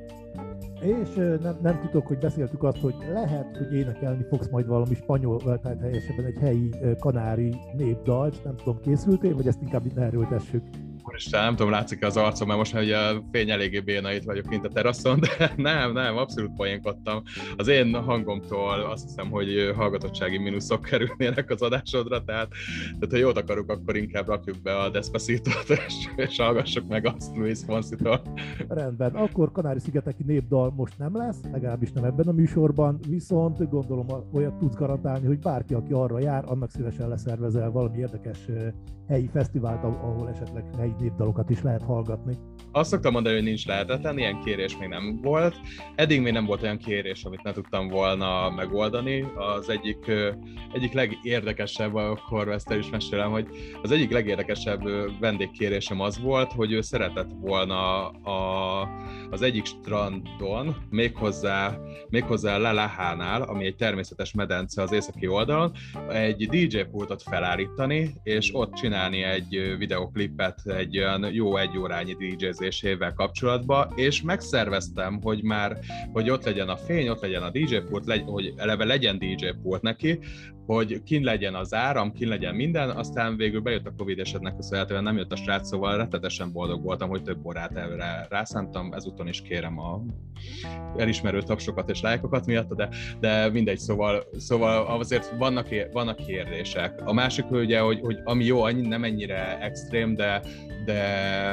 És nem, nem tudok, hogy beszéltük azt, hogy lehet, hogy énekelni fogsz majd valami spanyol, tehát helyesebben egy helyi kanári népdalt, nem tudom, készültél, vagy ezt inkább itt erőltessük? Úristen, nem tudom, látszik az arcom, mert most már ugye a fény eléggé béna, itt vagyok kint a teraszon, de nem, nem, abszolút poénkodtam. Az én hangomtól azt hiszem, hogy hallgatottsági mínuszok kerülnének az adásodra, tehát, tehát ha jót akarunk, akkor inkább rakjuk be a Despacito-t, és, és hallgassuk meg azt Luis Fonsi-tól. Rendben, akkor Kanári-szigeteki népdal most nem lesz, legalábbis nem ebben a műsorban, viszont gondolom olyat tudsz garantálni, hogy bárki, aki arra jár, annak szívesen leszervezel valami érdekes helyi fesztivált, ahol esetleg helyi népdalokat is lehet hallgatni. Azt szoktam mondani, hogy nincs lehetetlen, ilyen kérés még nem volt. Eddig még nem volt olyan kérés, amit ne tudtam volna megoldani. Az egyik, egyik legérdekesebb, akkor ezt el is mesélem, hogy az egyik legérdekesebb vendégkérésem az volt, hogy ő szeretett volna a, az egyik strandon, méghozzá, méghozzá Lelahánál, ami egy természetes medence az északi oldalon, egy dé dzsé pultot felállítani, és ott csinálni egy videoklipet egy olyan jó egyórányi dé dzsézésével kapcsolatban, és megszerveztem, hogy már, hogy ott legyen a fény, ott legyen a dé dzsé pult, legy, hogy eleve legyen dé dzsé pult neki, hogy kin legyen az áram, kin legyen minden, aztán végül bejött a Covid esetnek köszönhetően, nem jött a srác, szóval rettetesen boldog voltam, hogy több órát előre rászántam, ezúton is kérem a elismerő tapsokat és lájkokat miatt, de, de mindegy, szóval, szóval azért vannak, vannak kérdések. A másik ugye, hogy, hogy ami jó, nem ennyire extrém, de, de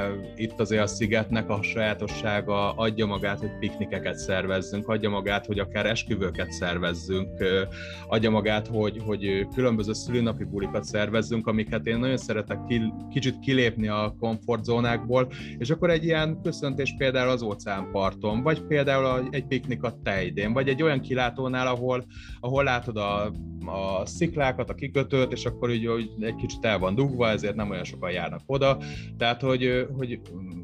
itt azért a szigetnek a sajátossága adja magát, hogy piknikeket szervezzünk, adja magát, hogy akár esküvőket szervezzünk, adja magát, hogy hogy különböző szülinapi bulikat szervezzünk, amiket én nagyon szeretek ki, kicsit kilépni a komfortzónákból, és akkor egy ilyen köszöntés például az óceánparton, vagy például egy piknik a Tejdén, vagy egy olyan kilátónál, ahol, ahol látod a, a sziklákat, a kikötőt, és akkor így hogy egy kicsit el van dugva, ezért nem olyan sokan járnak oda. Tehát, hogy, hogy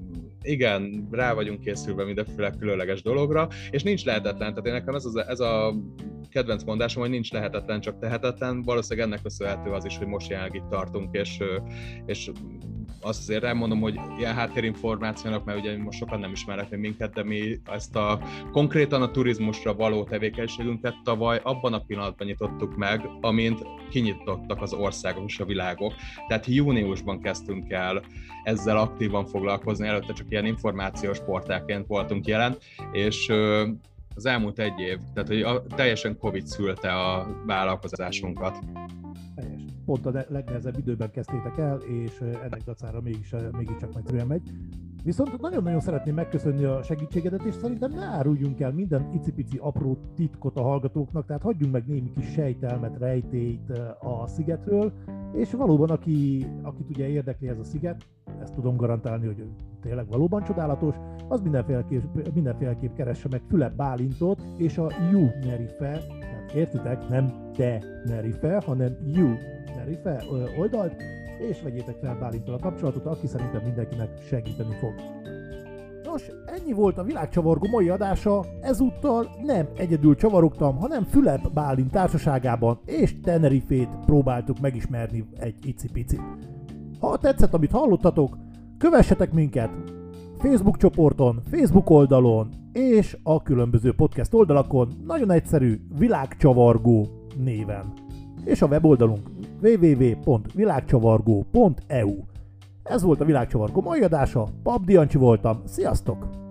igen, rá vagyunk készülve mindenféle különleges dologra, és nincs lehetetlen, tehát én nekem ez, az, ez a kedvenc mondásom, hogy nincs lehetetlen, csak tehetetlen. Valószínűleg ennek köszönhető az is, hogy most jelenleg itt tartunk, és, és azt azért elmondom, hogy ilyen háttérinformációnak, mert ugye most sokan nem ismernek még minket, de mi ezt a konkrétan a turizmusra való tevékenységünket tavaly abban a pillanatban nyitottuk meg, amint kinyitottak az országok és a világok. Tehát júniusban kezdtünk el ezzel aktívan foglalkozni, előtte csak ilyen információs portálként voltunk jelen, és az elmúlt egy év, tehát hogy a, teljesen Covid szülte a vállalkozásunkat. Helyes. Pont a legnehezebb időben kezdtétek el, és ennek dacára mégis, mégiscsak nagyszerűen megy. Viszont nagyon-nagyon szeretném megköszönni a segítségedet, és szerintem ne áruljunk el minden icipici apró titkot a hallgatóknak, tehát hagyjunk meg némi kis sejtelmet, rejtélyt a szigetről, és valóban, aki, akit ugye érdekli ez a sziget, ezt tudom garantálni, hogy tényleg valóban csodálatos, az mindenféleképp, mindenféleképp keresse meg Fülep Bálintot, és a Tenerife, tehát értitek, nem Tenerife, hanem Tenerife oldalt, és vegyétek fel Bálinttal a kapcsolatot, aki szerintem mindenkinek segíteni fog. Nos, ennyi volt a Világcsavargó mai adása, ezúttal nem egyedül csavarogtam, hanem Fülep Bálint társaságában és Tenerifét próbáltuk megismerni egy icipicit. Ha tetszett, amit hallottatok, kövessetek minket Facebook csoporton, Facebook oldalon és a különböző podcast oldalakon, nagyon egyszerű, Világcsavargó néven. És a weboldalunk double-u double-u double-u pont világcsavargó pont e u. Ez volt a Világcsavargó mai adása, Pap Diancsi voltam, sziasztok!